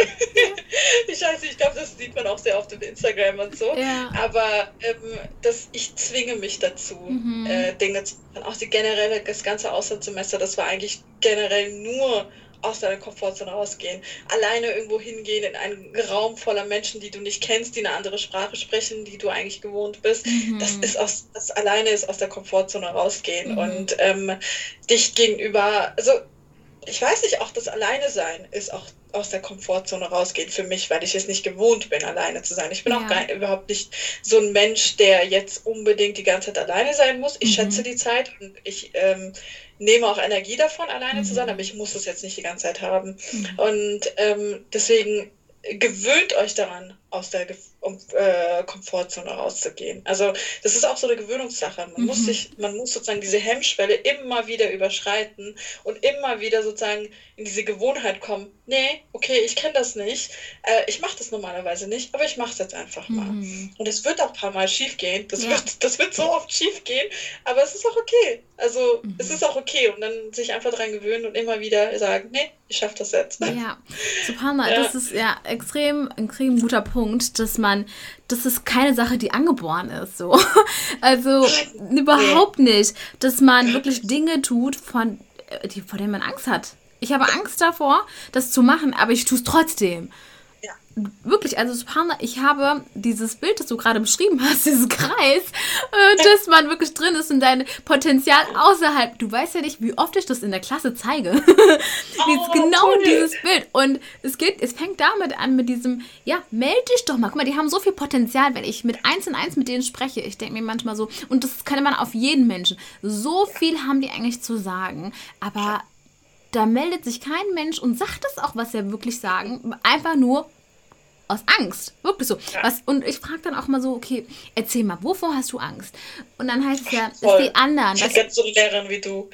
Ich weiß nicht, ich glaube, das sieht man auch sehr oft auf Instagram und so. Ja. Aber ähm, das, ich zwinge mich dazu, Mhm. äh, Dinge zu machen. Auch die generelle, das ganze Auslandssemester, das war eigentlich generell nur aus deiner Komfortzone rausgehen. Alleine irgendwo hingehen in einen Raum voller Menschen, die du nicht kennst, die eine andere Sprache sprechen, die du eigentlich gewohnt bist. Mhm. Das ist aus, das alleine ist aus der Komfortzone rausgehen Mhm. und ähm, dich gegenüber, also ich weiß nicht, auch das Alleine sein ist auch aus der Komfortzone rausgehen für mich, weil ich es nicht gewohnt bin, alleine zu sein. Ich bin Ja. auch gar, überhaupt nicht so ein Mensch, der jetzt unbedingt die ganze Zeit alleine sein muss. Ich Mhm. schätze die Zeit und ich ähm, nehme auch Energie davon, alleine Mhm. zu sein, aber ich muss es jetzt nicht die ganze Zeit haben. Mhm. Und ähm, deswegen gewöhnt euch daran, aus der Ge um, äh, Komfortzone rauszugehen. Also das ist auch so eine Gewöhnungssache. Man, Mhm. muss sich, man muss sozusagen diese Hemmschwelle immer wieder überschreiten und immer wieder sozusagen in diese Gewohnheit kommen. Nee, okay, ich kenne das nicht. Äh, ich mache das normalerweise nicht, aber ich mache es jetzt einfach mal. Mhm. Und es wird auch ein paar Mal schief gehen. Das, Ja. wird, das wird so oft schief gehen, aber es ist auch okay. Also Mhm. es ist auch okay und dann sich einfach dran gewöhnen und immer wieder sagen, nee, ich schaffe das jetzt. Ja, Subhanallah, Ja. das ist ja extrem, extrem guter Punkt, dass man, das ist keine Sache, die angeboren ist, so. Also überhaupt nicht, dass man wirklich Dinge tut, von, äh, die, vor denen man Angst hat. Ich habe Angst davor, das zu machen, aber ich tue es trotzdem. Ja. Wirklich, also Subhanallah, ich habe dieses Bild, das du gerade beschrieben hast, diesen Kreis, äh, dass man wirklich drin ist und dein Potenzial außerhalb. Du weißt ja nicht, wie oft ich das in der Klasse zeige. Dieses, Oh, genau toll. dieses Bild. Und es geht, es fängt damit an, mit diesem, ja, melde dich doch mal. Guck mal, die haben so viel Potenzial, wenn ich mit eins und eins mit denen spreche. Ich denke mir manchmal so, und das kann man auf jeden Menschen. So viel haben die eigentlich zu sagen, aber da meldet sich kein Mensch und sagt das auch, was sie wirklich sagen. Einfach nur aus Angst. Wirklich so. Ja. Was, und ich frage dann auch mal so, okay, erzähl mal, wovor hast du Angst? Und dann heißt es ja, dass Toll. die anderen, Ich dass, hätte ganz so eine Lehrerin wie du.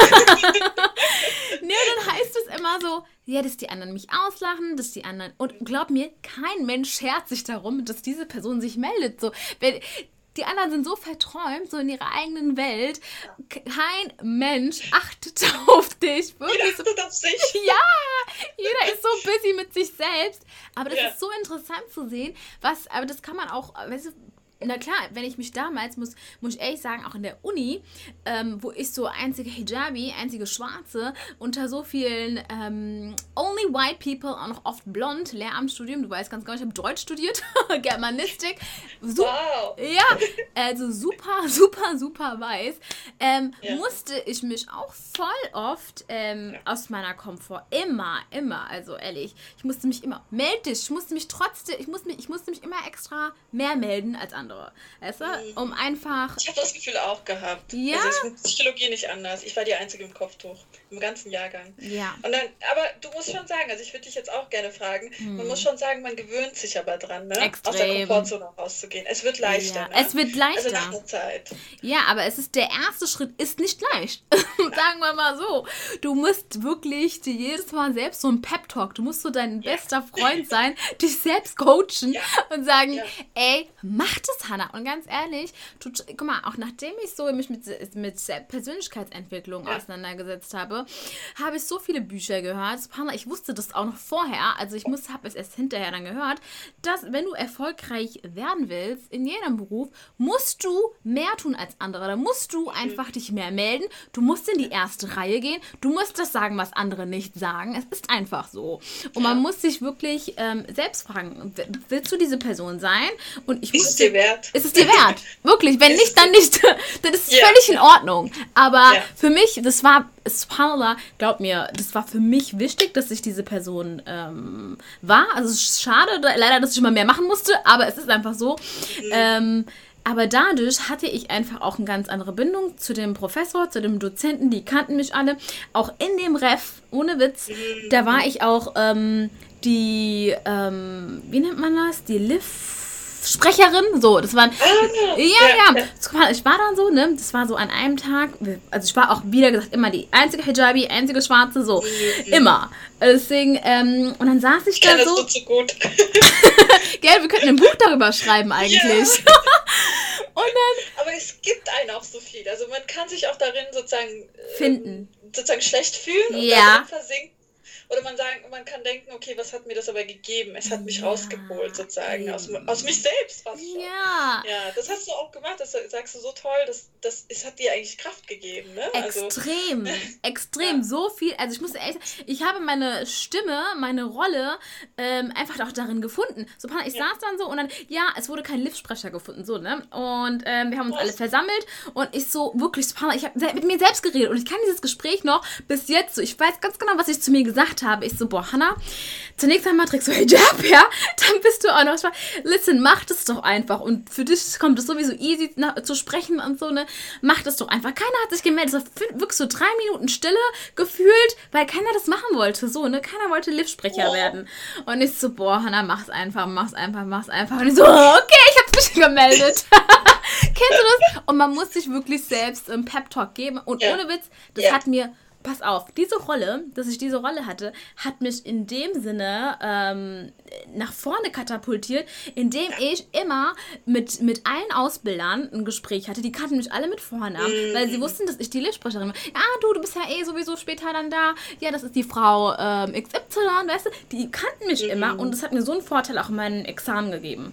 ne, dann heißt es immer so, ja, dass die anderen mich auslachen, dass die anderen, und glaub mir, kein Mensch schert sich darum, dass diese Person sich meldet. So, wenn, die anderen sind so verträumt, so in ihrer eigenen Welt. Kein Mensch achtet auf dich. Jeder Wirklich so. achtet auf sich. Ja, jeder ist so busy mit sich selbst. Aber das Ja. ist so interessant zu sehen, was, aber das kann man auch, weißt du, na klar, wenn ich mich damals, muss, muss ich ehrlich sagen, auch in der Uni, ähm, wo ich so einzige Hijabi, einzige Schwarze, unter so vielen ähm, only white people, auch noch oft blond, Lehramtsstudium, du weißt ganz genau, ich habe Deutsch studiert, Germanistik, so, Wow. ja, also super, super, super weiß, ähm, Ja. musste ich mich auch voll oft ähm, aus meiner Komfort, immer, immer, also ehrlich, ich musste mich immer, meld dich, ich musste mich trotzdem, ich musste mich, ich musste mich immer extra mehr melden als andere, weißt du, Mhm. um einfach, Ich habe das Gefühl auch gehabt. Ja? Also es ist mit Psychologie nicht anders. Ich war die Einzige im Kopftuch, im ganzen Jahrgang. ja, Und dann, aber du musst schon sagen, also ich würde dich jetzt auch gerne fragen, man muss schon sagen, man gewöhnt sich aber dran, ne? Aus der Extrem. Komfortzone rauszugehen. Es wird leichter, ja, ne? es wird Also leichter. nach einer Zeit. Ja, aber es ist der erste Schritt, ist nicht leicht. Sagen wir mal so. Du musst wirklich dir jedes Mal selbst so ein Pep-Talk, du musst so dein Ja. bester Freund sein, dich selbst coachen Ja. und sagen, Ja. ey, mach das, Hannah. Und ganz ehrlich, du, guck mal, auch nachdem ich so mich mit, mit Persönlichkeitsentwicklung Ja. auseinandergesetzt habe, habe ich so viele Bücher gehört. Ich wusste das auch noch vorher, also ich muss, habe es erst hinterher dann gehört, dass wenn du erfolgreich werden willst in jedem Beruf, musst du mehr tun als andere. Da musst du einfach dich mehr melden. Du musst in die erste Reihe gehen. Du musst das sagen, was andere nicht sagen. Es ist einfach so. Und man Ja. muss sich wirklich ähm, selbst fragen, w- willst du diese Person sein? Und ich Ist muss es dir wert? ist es dir wert? Wirklich, wenn Ist nicht, es dann nicht. Dann ist es Ja. völlig in Ordnung. Aber Ja. für mich, das war, subhanallah, glaub mir, das war für mich wichtig, dass ich diese Person ähm, war. Also es ist schade, da- leider, dass ich immer mehr machen musste, aber es ist einfach so. Ähm, aber dadurch hatte ich einfach auch eine ganz andere Bindung zu dem Professor, zu dem Dozenten, die kannten mich alle. Auch in dem Ref, ohne Witz, da war ich auch ähm, die, ähm, wie nennt man das? Die Liv-Sprecherin. So, das waren, Ah, ja, ja. Das war- Ich war dann so, ne? Das war so an einem Tag, also ich war auch, wieder gesagt, immer die einzige Hijabi, einzige Schwarze, so. Immer. Deswegen, ähm, und dann saß ich Ich kenne da das so. so zu gut. Gell, wir könnten ein Buch darüber schreiben eigentlich. Und dann Aber es gibt einen auch so viel. Also man kann sich auch darin sozusagen äh, finden. sozusagen schlecht fühlen und Ja. darin versinken. Oder man, sagen, man kann denken, okay, was hat mir das aber gegeben? Es hat mich Ja. rausgeholt, sozusagen, aus, Eben. aus mich selbst fast schon. Ja. Ja, das hast du auch gemacht, das sagst du so toll, das, das, es hat dir eigentlich Kraft gegeben, ne? Also, Extrem, extrem, Ja. so viel. Also ich muss ehrlich sagen, ich habe meine Stimme, meine Rolle ähm, einfach auch darin gefunden. So, ich Ja. saß dann so und dann, ja, es wurde kein Liv-Sprecher gefunden, so, ne? Und ähm, wir haben uns Was? alle versammelt und ich so, wirklich, ich habe mit mir selbst geredet und ich kann dieses Gespräch noch bis jetzt so, ich weiß ganz genau, was ich zu mir gesagt habe. Ich so, boah, Hannah, zunächst einmal trägst du Hijab, ja? Dann bist du auch noch, listen, mach das doch einfach und für dich kommt es sowieso easy na, zu sprechen und so, ne? Mach das doch einfach. Keiner hat sich gemeldet. Es war wirklich so drei Minuten Stille gefühlt, weil keiner das machen wollte. So, ne? Keiner wollte Liv-Sprecher Oh. werden. Und ich so, boah, Hannah, mach's einfach, mach's einfach, mach's einfach. Und ich so, okay, ich hab's mich gemeldet. Kennst du das? Und man muss sich wirklich selbst einen Pep-Talk geben. Und Ja. ohne Witz, das Ja. hat mir, pass auf, diese Rolle, dass ich diese Rolle hatte, hat mich in dem Sinne ähm, nach vorne katapultiert, indem ich immer mit, mit allen Ausbildern ein Gespräch hatte. Die kannten mich alle mit Vornamen, weil sie wussten, dass ich die Liv-Sprecherin bin. Ja, du, du bist ja eh sowieso später dann da. Ja, das ist die Frau ähm, X Y, weißt du? Die kannten mich immer und das hat mir so einen Vorteil auch in meinen Examen gegeben.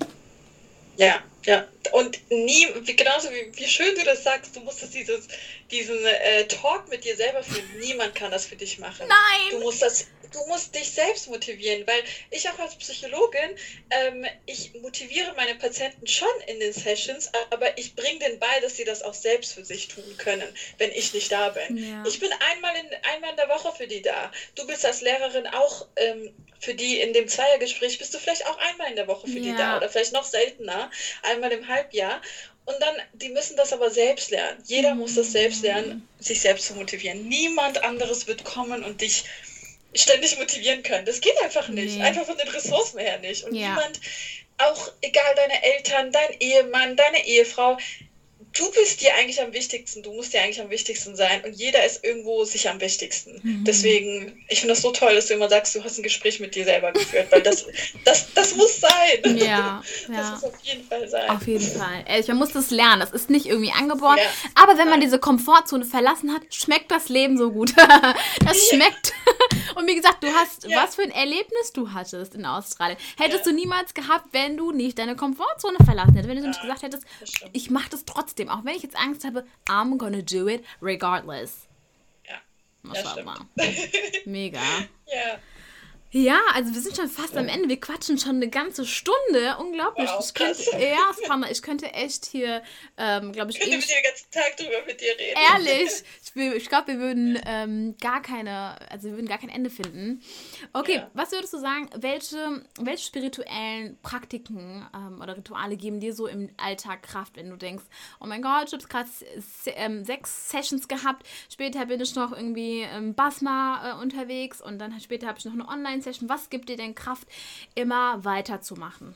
ja, ja. Und nie, wie, genauso wie, wie schön du das sagst, du musstest dieses, diesen äh, Talk mit dir selber führen. Niemand kann das für dich machen. Nein! Du musst das, du musst dich selbst motivieren, weil ich auch als Psychologin, ähm, ich motiviere meine Patienten schon in den Sessions, aber ich bringe denen bei, dass sie das auch selbst für sich tun können, wenn ich nicht da bin. Ja. Ich bin einmal in, einmal in der Woche für die da. Du bist als Lehrerin auch ähm, für die in dem Zweiergespräch, bist du vielleicht auch einmal in der Woche für die Ja. da oder vielleicht noch seltener, einmal im Halbjahr. Und dann, die müssen das aber selbst lernen. Jeder muss das selbst lernen, sich selbst zu motivieren. Niemand anderes wird kommen und dich ständig motivieren können. Das geht einfach nicht. Nee. Einfach von den Ressourcen her nicht. Und Ja. niemand, auch egal deine Eltern, dein Ehemann, deine Ehefrau, du bist dir eigentlich am wichtigsten, du musst dir eigentlich am wichtigsten sein und jeder ist irgendwo sich am wichtigsten. Mhm. Deswegen, ich finde das so toll, dass du immer sagst, du hast ein Gespräch mit dir selber geführt, weil das, das, das muss sein. Ja, das ja. muss auf jeden Fall sein. Auf jeden Fall. Ehrlich, man muss das lernen, das ist nicht irgendwie angeboren, Ja. aber wenn man diese Komfortzone verlassen hat, schmeckt das Leben so gut. Das schmeckt. Und wie gesagt, du hast, Ja. was für ein Erlebnis du hattest in Australien. Hättest Ja. du niemals gehabt, wenn du nicht deine Komfortzone verlassen hättest, wenn du nicht Ja, gesagt hättest, das stimmt. ich mache das trotzdem, auch wenn ich jetzt Angst habe, I'm gonna do it regardless. Ja, das Mashallah. stimmt. Mega. Ja, Ja, also wir sind schon fast am Ende. Wir quatschen schon eine ganze Stunde. Unglaublich. Wow, ich könnte, krass. ja, Spannend. Ich könnte echt hier, ähm, glaube ich, ich könnte mit ewig, dir den ganzen Tag drüber mit dir reden. ehrlich, ich, will- ich glaube, wir würden ähm, gar keine, also wir würden gar kein Ende finden. Okay, Ja. was würdest du sagen, welche, welche spirituellen Praktiken ähm, oder Rituale geben dir so im Alltag Kraft, wenn du denkst, oh mein Gott, ich habe gerade se- ähm, sechs Sessions gehabt, später bin ich noch irgendwie im Basma äh, unterwegs und dann später habe ich noch eine Online-Session. Was gibt dir denn Kraft, immer weiterzumachen?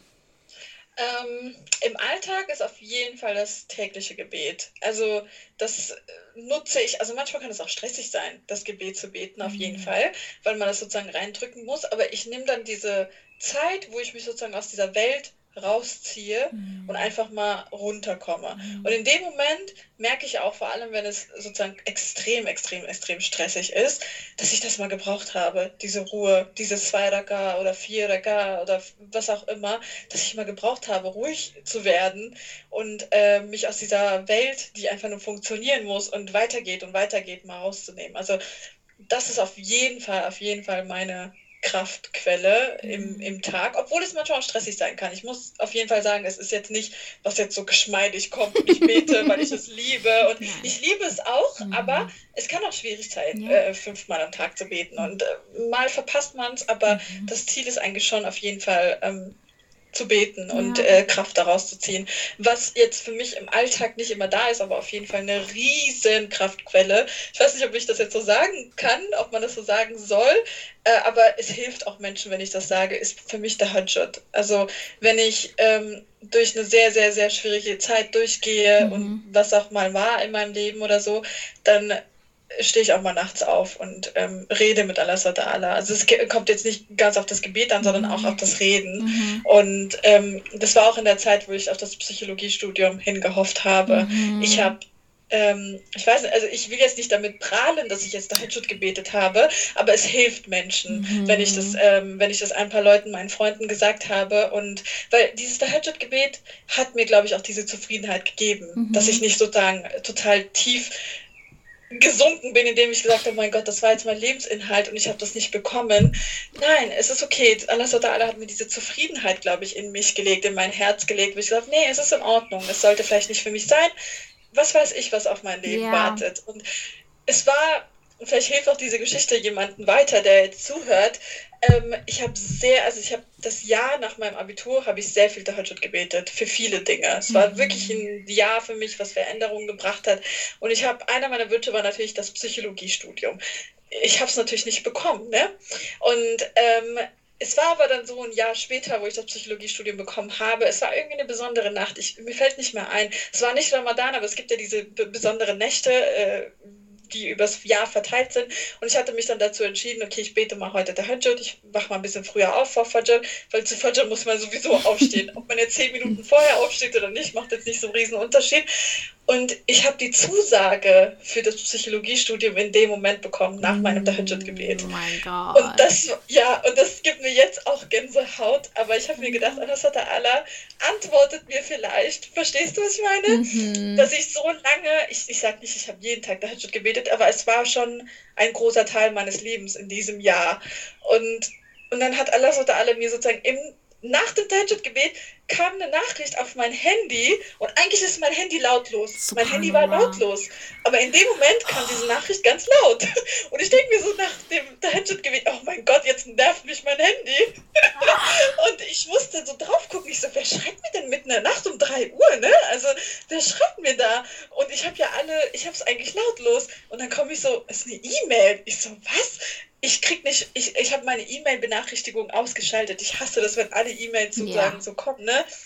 Ähm, Im Alltag ist auf jeden Fall das tägliche Gebet. Also das äh, nutze ich, also manchmal kann es auch stressig sein, das Gebet zu beten, auf jeden Mhm. Fall, weil man das sozusagen reindrücken muss. Aber ich nehme dann diese Zeit, wo ich mich sozusagen aus dieser Welt rausziehe und einfach mal runterkomme. Und in dem Moment merke ich auch, vor allem wenn es sozusagen extrem, extrem, extrem stressig ist, dass ich das mal gebraucht habe, diese Ruhe, diese zwei Raka oder vier Raka oder was auch immer, dass ich mal gebraucht habe, ruhig zu werden und äh, mich aus dieser Welt, die einfach nur funktionieren muss und weitergeht und weitergeht, mal rauszunehmen. Also das ist auf jeden Fall, auf jeden Fall meine Kraftquelle im, im Tag, obwohl es manchmal auch stressig sein kann. Ich muss auf jeden Fall sagen, es ist jetzt nicht, was jetzt so geschmeidig kommt und ich bete, weil ich es liebe und Nein. ich liebe es auch, Mhm. aber es kann auch schwierig sein, Ja. äh, fünfmal am Tag zu beten und äh, mal verpasst man es, aber Mhm. das Ziel ist eigentlich schon auf jeden Fall ähm, zu beten und Ja. äh, Kraft daraus zu ziehen. Was jetzt für mich im Alltag nicht immer da ist, aber auf jeden Fall eine riesen Kraftquelle. Ich weiß nicht, ob ich das jetzt so sagen kann, ob man das so sagen soll, äh, aber es hilft auch Menschen, wenn ich das sage, ist für mich der Hajjat. Also wenn ich ähm, durch eine sehr, sehr, sehr schwierige Zeit durchgehe Mhm. und was auch mal war in meinem Leben oder so, dann stehe ich auch mal nachts auf und ähm, rede mit Allah subhanahu wa ta'ala. Also es ge- kommt jetzt nicht ganz auf das Gebet an, sondern auch auf das Reden. Mhm. Und ähm, das war auch in der Zeit, wo ich auf das Psychologiestudium hingehofft habe. Mhm. Ich habe, ähm, ich weiß nicht, also ich will jetzt nicht damit prahlen, dass ich jetzt Tahajjud gebetet habe, aber es hilft Menschen, Mhm. wenn ich das, ähm, wenn ich das ein paar Leuten, meinen Freunden gesagt habe. Und weil dieses Tahajjud-Gebet hat mir, glaube ich, auch diese Zufriedenheit gegeben, Mhm. dass ich nicht sozusagen total tief gesunken bin, indem ich gesagt habe, mein Gott, das war jetzt mein Lebensinhalt und ich habe das nicht bekommen. Nein, es ist okay. Allah subhanahu wa ta'ala hat mir diese Zufriedenheit, glaube ich, in mich gelegt, in mein Herz gelegt, wo ich gesagt habe, nee, es ist in Ordnung, es sollte vielleicht nicht für mich sein. Was weiß ich, was auf mein Leben Ja. wartet. Und es war, vielleicht hilft auch diese Geschichte jemandem weiter, der jetzt zuhört. Ähm, ich habe sehr, also ich habe das Jahr nach meinem Abitur habe ich sehr viel Tahajjud gebetet, für viele Dinge. Es war Mhm. wirklich ein Jahr für mich, was Veränderungen gebracht hat. Und ich habe, einer meiner Wünsche war natürlich das Psychologiestudium. Ich habe es natürlich nicht bekommen, ne? Und ähm, es war aber dann so ein Jahr später, wo ich das Psychologiestudium bekommen habe. Es war irgendwie eine besondere Nacht. Ich, mir fällt nicht mehr ein. Es war nicht Ramadan, aber es gibt ja diese b- besonderen Nächte, äh, die übers Jahr verteilt sind. Und ich hatte mich dann dazu entschieden, okay, ich bete mal heute Tahajjud. Ich wache mal ein bisschen früher auf vor Fajr, weil zu Fajr muss man sowieso aufstehen. Ob man jetzt zehn Minuten vorher aufsteht oder nicht, macht jetzt nicht so einen riesen Unterschied. Und ich habe die Zusage für das Psychologiestudium in dem Moment bekommen, nach meinem Tahajjud-Gebet. Oh mein Gott. Und das, ja, und das gibt mir jetzt auch Gänsehaut, aber ich habe mir gedacht, Allah subhanahu wa ta'ala antwortet mir vielleicht, verstehst du, was ich meine? Mhm. Dass ich so lange, ich, ich sage nicht, ich habe jeden Tag Tahajjud gebetet, aber es war schon ein großer Teil meines Lebens in diesem Jahr. Und, und dann hat Allah subhanahu wa ta'ala mir sozusagen im, nach dem Tahajjud-Gebet kam eine Nachricht auf mein Handy und eigentlich ist mein Handy lautlos. Mein Handy war Subhanallah. lautlos. Aber in dem Moment kam diese Nachricht ganz laut. Und ich denke mir so nach dem Tahajjud-Gebet, oh mein Gott, jetzt nervt mich mein Handy. Und ich musste so drauf gucken. Ich so, wer schreibt mir denn mitten in der Nacht um drei Uhr, ne? Also, wer schreibt mir da? Und ich habe ja alle, ich habe es eigentlich lautlos. Und dann komme ich so, es ist eine E-Mail. Ich so, was? Ich krieg nicht, ich, ich habe meine E-Mail-Benachrichtigung ausgeschaltet. Ich hasse das, wenn alle E-Mails sozusagen Ja. so kommen, ne?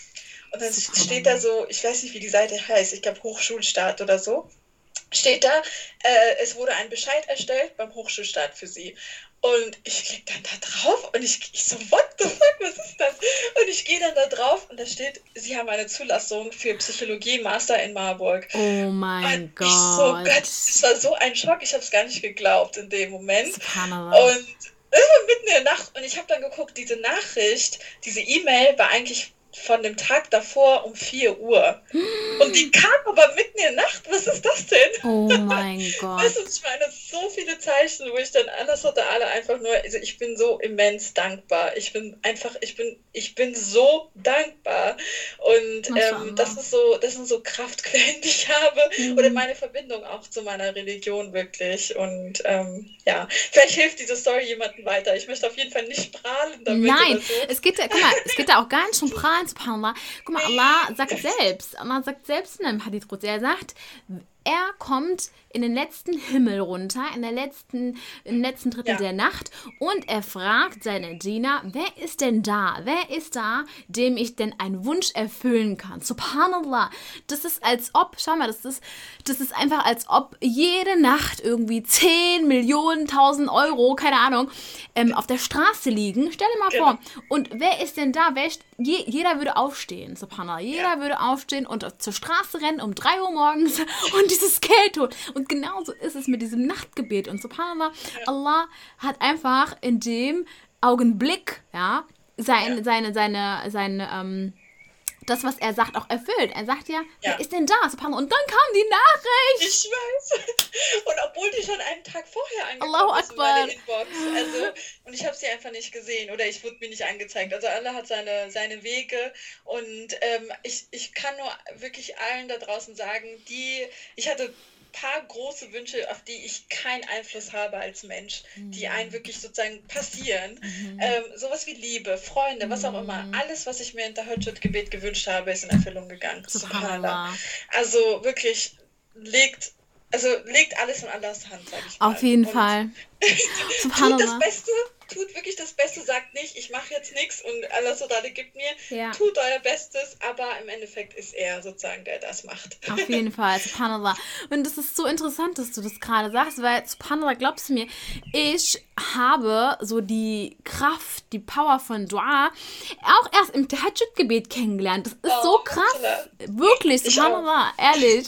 Und dann Super. steht da so, ich weiß nicht, wie die Seite heißt, ich glaube Hochschulstart oder so, steht da, äh, es wurde ein Bescheid erstellt beim Hochschulstart für sie. Und ich klicke dann da drauf und ich, ich so, what the fuck, was ist das? Und ich gehe dann da drauf und da steht, sie haben eine Zulassung für Psychologie Master in Marburg. Oh mein und Gott. Ich so, Gott, es war so ein Schock, ich habe es gar nicht geglaubt in dem Moment. Subhanallah. Und es war mitten in der Nacht und ich habe dann geguckt, diese Nachricht, diese E-Mail war eigentlich von dem Tag davor um vier Uhr. Und die kam aber mitten in der Nacht. Was ist das denn? Oh mein Gott. Weißt du, ich meine, so viele Zeichen, wo ich dann alles hatte, alle einfach nur, also ich bin so immens dankbar. Ich bin einfach, ich bin, ich bin so dankbar. Und ähm, das ist so, das sind so Kraftquellen, die ich habe. Mhm. Oder meine Verbindung auch zu meiner Religion wirklich. Und ähm, ja, vielleicht hilft diese Story jemandem weiter. Ich möchte auf jeden Fall nicht prahlen damit. Nein, oder so. es geht ja, guck mal, es geht ja auch gar nicht um Prahlen, subhanallah. Guck mal, Allah sagt selbst, Allah sagt selbst in einem Hadith, er sagt, er kommt in den letzten Himmel runter, in der letzten, im letzten Drittel ja. der Nacht und er fragt seine Diener, wer ist denn da? Wer ist da, dem ich denn einen Wunsch erfüllen kann? Subhanallah. Das ist als ob, schau mal, das ist, das ist einfach als ob jede Nacht irgendwie zehn Millionen, tausend Euro, keine Ahnung, ähm, auf der Straße liegen. Stell dir mal genau. vor. Und wer ist denn da? Wer ist, je, jeder würde aufstehen, subhanallah. Jeder ja. würde aufstehen und zur Straße rennen um drei Uhr morgens und dieses Geld holen. Und genauso ist es mit diesem Nachtgebet. Und subhanallah, ja. Allah hat einfach in dem Augenblick, ja, sein, ja. seine, seine, seine, ähm, das, was er sagt, auch erfüllt. Er sagt ja, ja. wer ist denn da? Subhanallah. Und dann kam die Nachricht. Ich weiß. Und obwohl die schon einen Tag vorher angekommen Allahu ist in meine Inbox. Also, und ich habe sie einfach nicht gesehen oder ich wurde mir nicht angezeigt. Also Allah hat seine, seine Wege und ähm, ich, ich kann nur wirklich allen da draußen sagen, die, ich hatte paar große Wünsche, auf die ich keinen Einfluss habe als Mensch, mhm. die einen wirklich sozusagen passieren. Mhm. Ähm, sowas wie Liebe, Freunde, was auch immer. Alles, was ich mir in der Tahajjud-Gebet gewünscht habe, ist in Erfüllung gegangen. Subhanallah. Also wirklich legt, also legt alles in Allahs Hand, sage ich mal. Auf jeden Und Fall. Subhanallah. Tut das Beste, tut wirklich das Beste, sagt nicht, ich mache jetzt nichts und Allah Sodale gibt mir, ja. tut euer Bestes, aber im Endeffekt ist er sozusagen, der das macht. Auf jeden Fall, subhanallah. Und das ist so interessant, dass du das gerade sagst, weil subhanallah, glaubst du mir, ich habe so die Kraft, die Power von Dua auch erst im Tahajjud-Gebet kennengelernt. Das ist oh, so krass. Allah. Wirklich, ich subhanallah, auch. Ehrlich.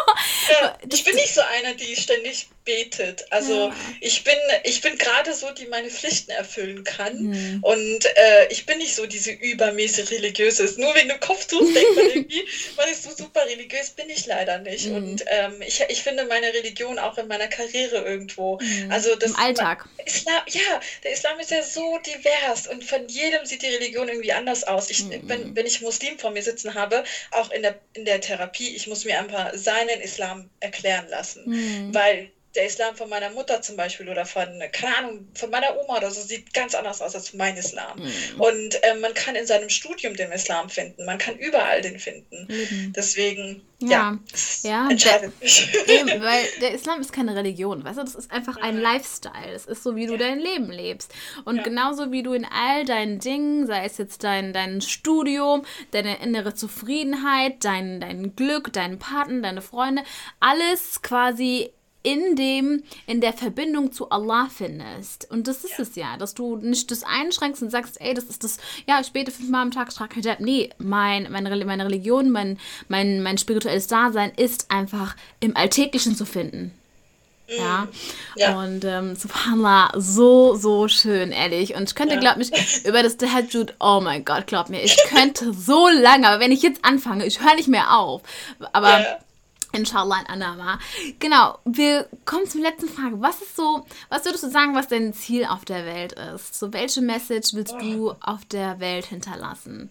Ja, ich bin nicht so einer, die ständig betet. Also ja. ich bin ich bin gerade so, die meine Pflichten erfüllen kann. Mhm. Und äh, ich bin nicht so diese übermäßig religiöse. Nur wegen dem Kopftuch denkt man irgendwie, man ist so super religiös, bin ich leider nicht. Mhm. Und ähm, ich, ich finde meine Religion auch in meiner Karriere irgendwo. Mhm. Also das, im Alltag. Islam, ja, der Islam ist ja so divers und von jedem sieht die Religion irgendwie anders aus. Ich, mhm. wenn, wenn ich Muslim vor mir sitzen habe, auch in der, in der Therapie, ich muss mir einfach seinen Islam erklären lassen. Mhm. Weil der Islam von meiner Mutter zum Beispiel oder von, keine Ahnung, von meiner Oma oder so sieht ganz anders aus als mein Islam. Mhm. Und äh, man kann in seinem Studium den Islam finden, man kann überall den finden. Mhm. Deswegen, ja, ja, ja entscheidet mich. Eben, weil der Islam ist keine Religion, weißt du, das ist einfach ein mhm. Lifestyle. Es ist so, wie du ja. dein Leben lebst. Und ja. genauso wie du in all deinen Dingen, sei es jetzt dein, dein Studium, deine innere Zufriedenheit, dein, dein Glück, deinen Partner, deine Freunde, alles quasi in dem, in der Verbindung zu Allah findest. Und das ist ja. es ja, dass du nicht das einschränkst und sagst, ey, das ist das, ja, ich bete fünfmal am Tag, ich trage Hijab. Nee, mein, meine, meine Religion, mein, mein, mein spirituelles Dasein ist einfach im Alltäglichen zu finden. Mm. Ja? ja, und ähm, subhanallah, so, so schön, ehrlich. Und ich könnte, ja. glaub mich, über das Tahajjud, oh mein Gott, glaub mir, ich könnte so lange, aber wenn ich jetzt anfange, ich höre nicht mehr auf. Aber ja. Inshallah ein andermal. Genau, wir kommen zur letzten Frage. Was ist so, was würdest du sagen, was dein Ziel auf der Welt ist? So, welche Message willst oh. du auf der Welt hinterlassen?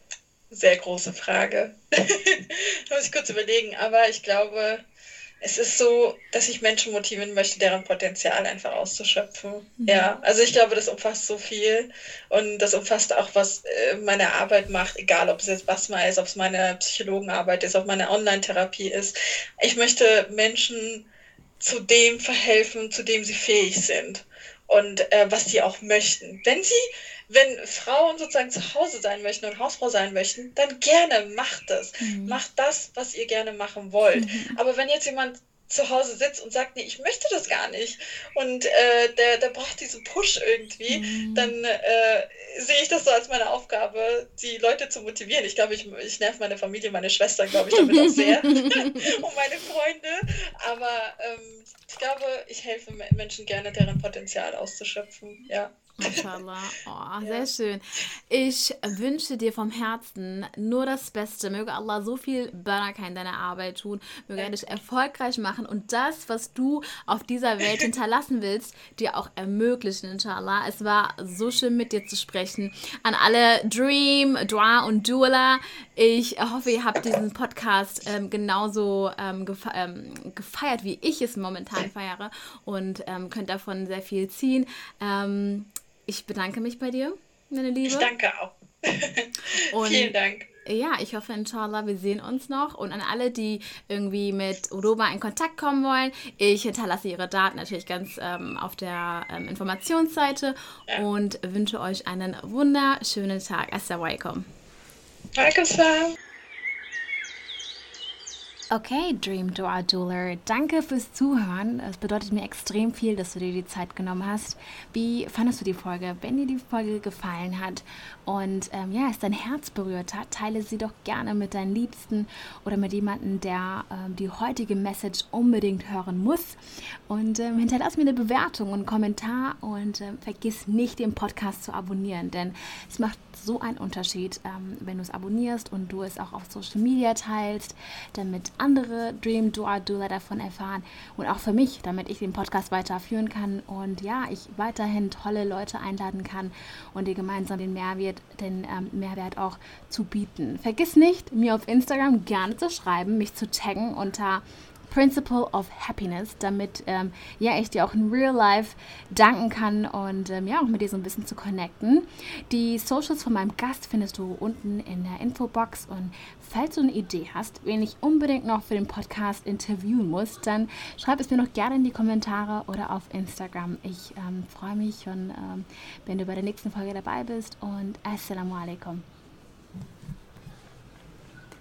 Sehr große Frage. Da muss ich kurz überlegen, aber ich glaube, es ist so, dass ich Menschen motivieren möchte, deren Potenzial einfach auszuschöpfen. Mhm. Ja, also ich glaube, das umfasst so viel und das umfasst auch, was äh, meine Arbeit macht, egal ob es jetzt Basma ist, ob es meine Psychologenarbeit ist, ob meine Online-Therapie ist. Ich möchte Menschen zu dem verhelfen, zu dem sie fähig sind. und äh, was sie auch möchten. Wenn sie, wenn Frauen sozusagen zu Hause sein möchten und Hausfrau sein möchten, dann gerne macht es. Mhm. Macht das, was ihr gerne machen wollt. Mhm. Aber wenn jetzt jemand zu Hause sitzt und sagt, nee, ich möchte das gar nicht und äh, der, der braucht diesen Push irgendwie, Mhm. dann äh, sehe ich das so als meine Aufgabe, die Leute zu motivieren. Ich glaube, ich, ich nerv meine Familie, meine Schwestern, glaube ich, damit auch sehr und meine Freunde, aber ähm, ich glaube, ich helfe Menschen gerne, deren Potenzial auszuschöpfen, ja. Mashallah. Oh, sehr Ja. schön. Ich wünsche dir vom Herzen nur das Beste. Möge Allah so viel Baraka in deiner Arbeit tun. Möge er dich erfolgreich machen und das, was du auf dieser Welt hinterlassen willst, dir auch ermöglichen, inshallah. Es war so schön, mit dir zu sprechen. An alle Dream, Dua und Doula. Ich hoffe, ihr habt diesen Podcast ähm, genauso ähm, gefe- ähm, gefeiert, wie ich es momentan feiere und ähm, könnt davon sehr viel ziehen. Ähm, Ich bedanke mich bei dir, meine Liebe. Ich danke auch. Und Vielen Dank. ja, ich hoffe, inshallah, wir sehen uns noch. Und an alle, die irgendwie mit Uruba in Kontakt kommen wollen, ich hinterlasse ihre Daten natürlich ganz ähm, auf der ähm, Informationsseite Ja. und wünsche euch einen wunderschönen Tag. Assalamu alaikum. Walaikum salam. Okay, Dream Dua Doula, danke fürs Zuhören. Es bedeutet mir extrem viel, dass du dir die Zeit genommen hast. Wie fandest du die Folge? Wenn dir die Folge gefallen hat und ähm, ja, es dein Herz berührt hat, teile sie doch gerne mit deinen Liebsten oder mit jemandem, der ähm, die heutige Message unbedingt hören muss. Und ähm, hinterlass mir eine Bewertung und einen Kommentar und ähm, vergiss nicht, den Podcast zu abonnieren, denn es macht so einen Unterschied, ähm, wenn du es abonnierst und du es auch auf Social Media teilst, damit andere Dream Dua Doula davon erfahren und auch für mich, damit ich den Podcast weiterführen kann und ja, ich weiterhin tolle Leute einladen kann und dir gemeinsam den Mehrwert, den ähm, Mehrwert auch zu bieten. Vergiss nicht, mir auf Instagram gerne zu schreiben, mich zu taggen unter Principle of Happiness, damit ähm, ja, ich dir auch in Real Life danken kann und ähm, ja, auch mit dir so ein bisschen zu connecten. Die Socials von meinem Gast findest du unten in der Infobox und falls du eine Idee hast, wen ich unbedingt noch für den Podcast interviewen muss, dann schreib es mir noch gerne in die Kommentare oder auf Instagram. Ich ähm, freue mich schon, ähm, wenn du bei der nächsten Folge dabei bist und Assalamu alaikum.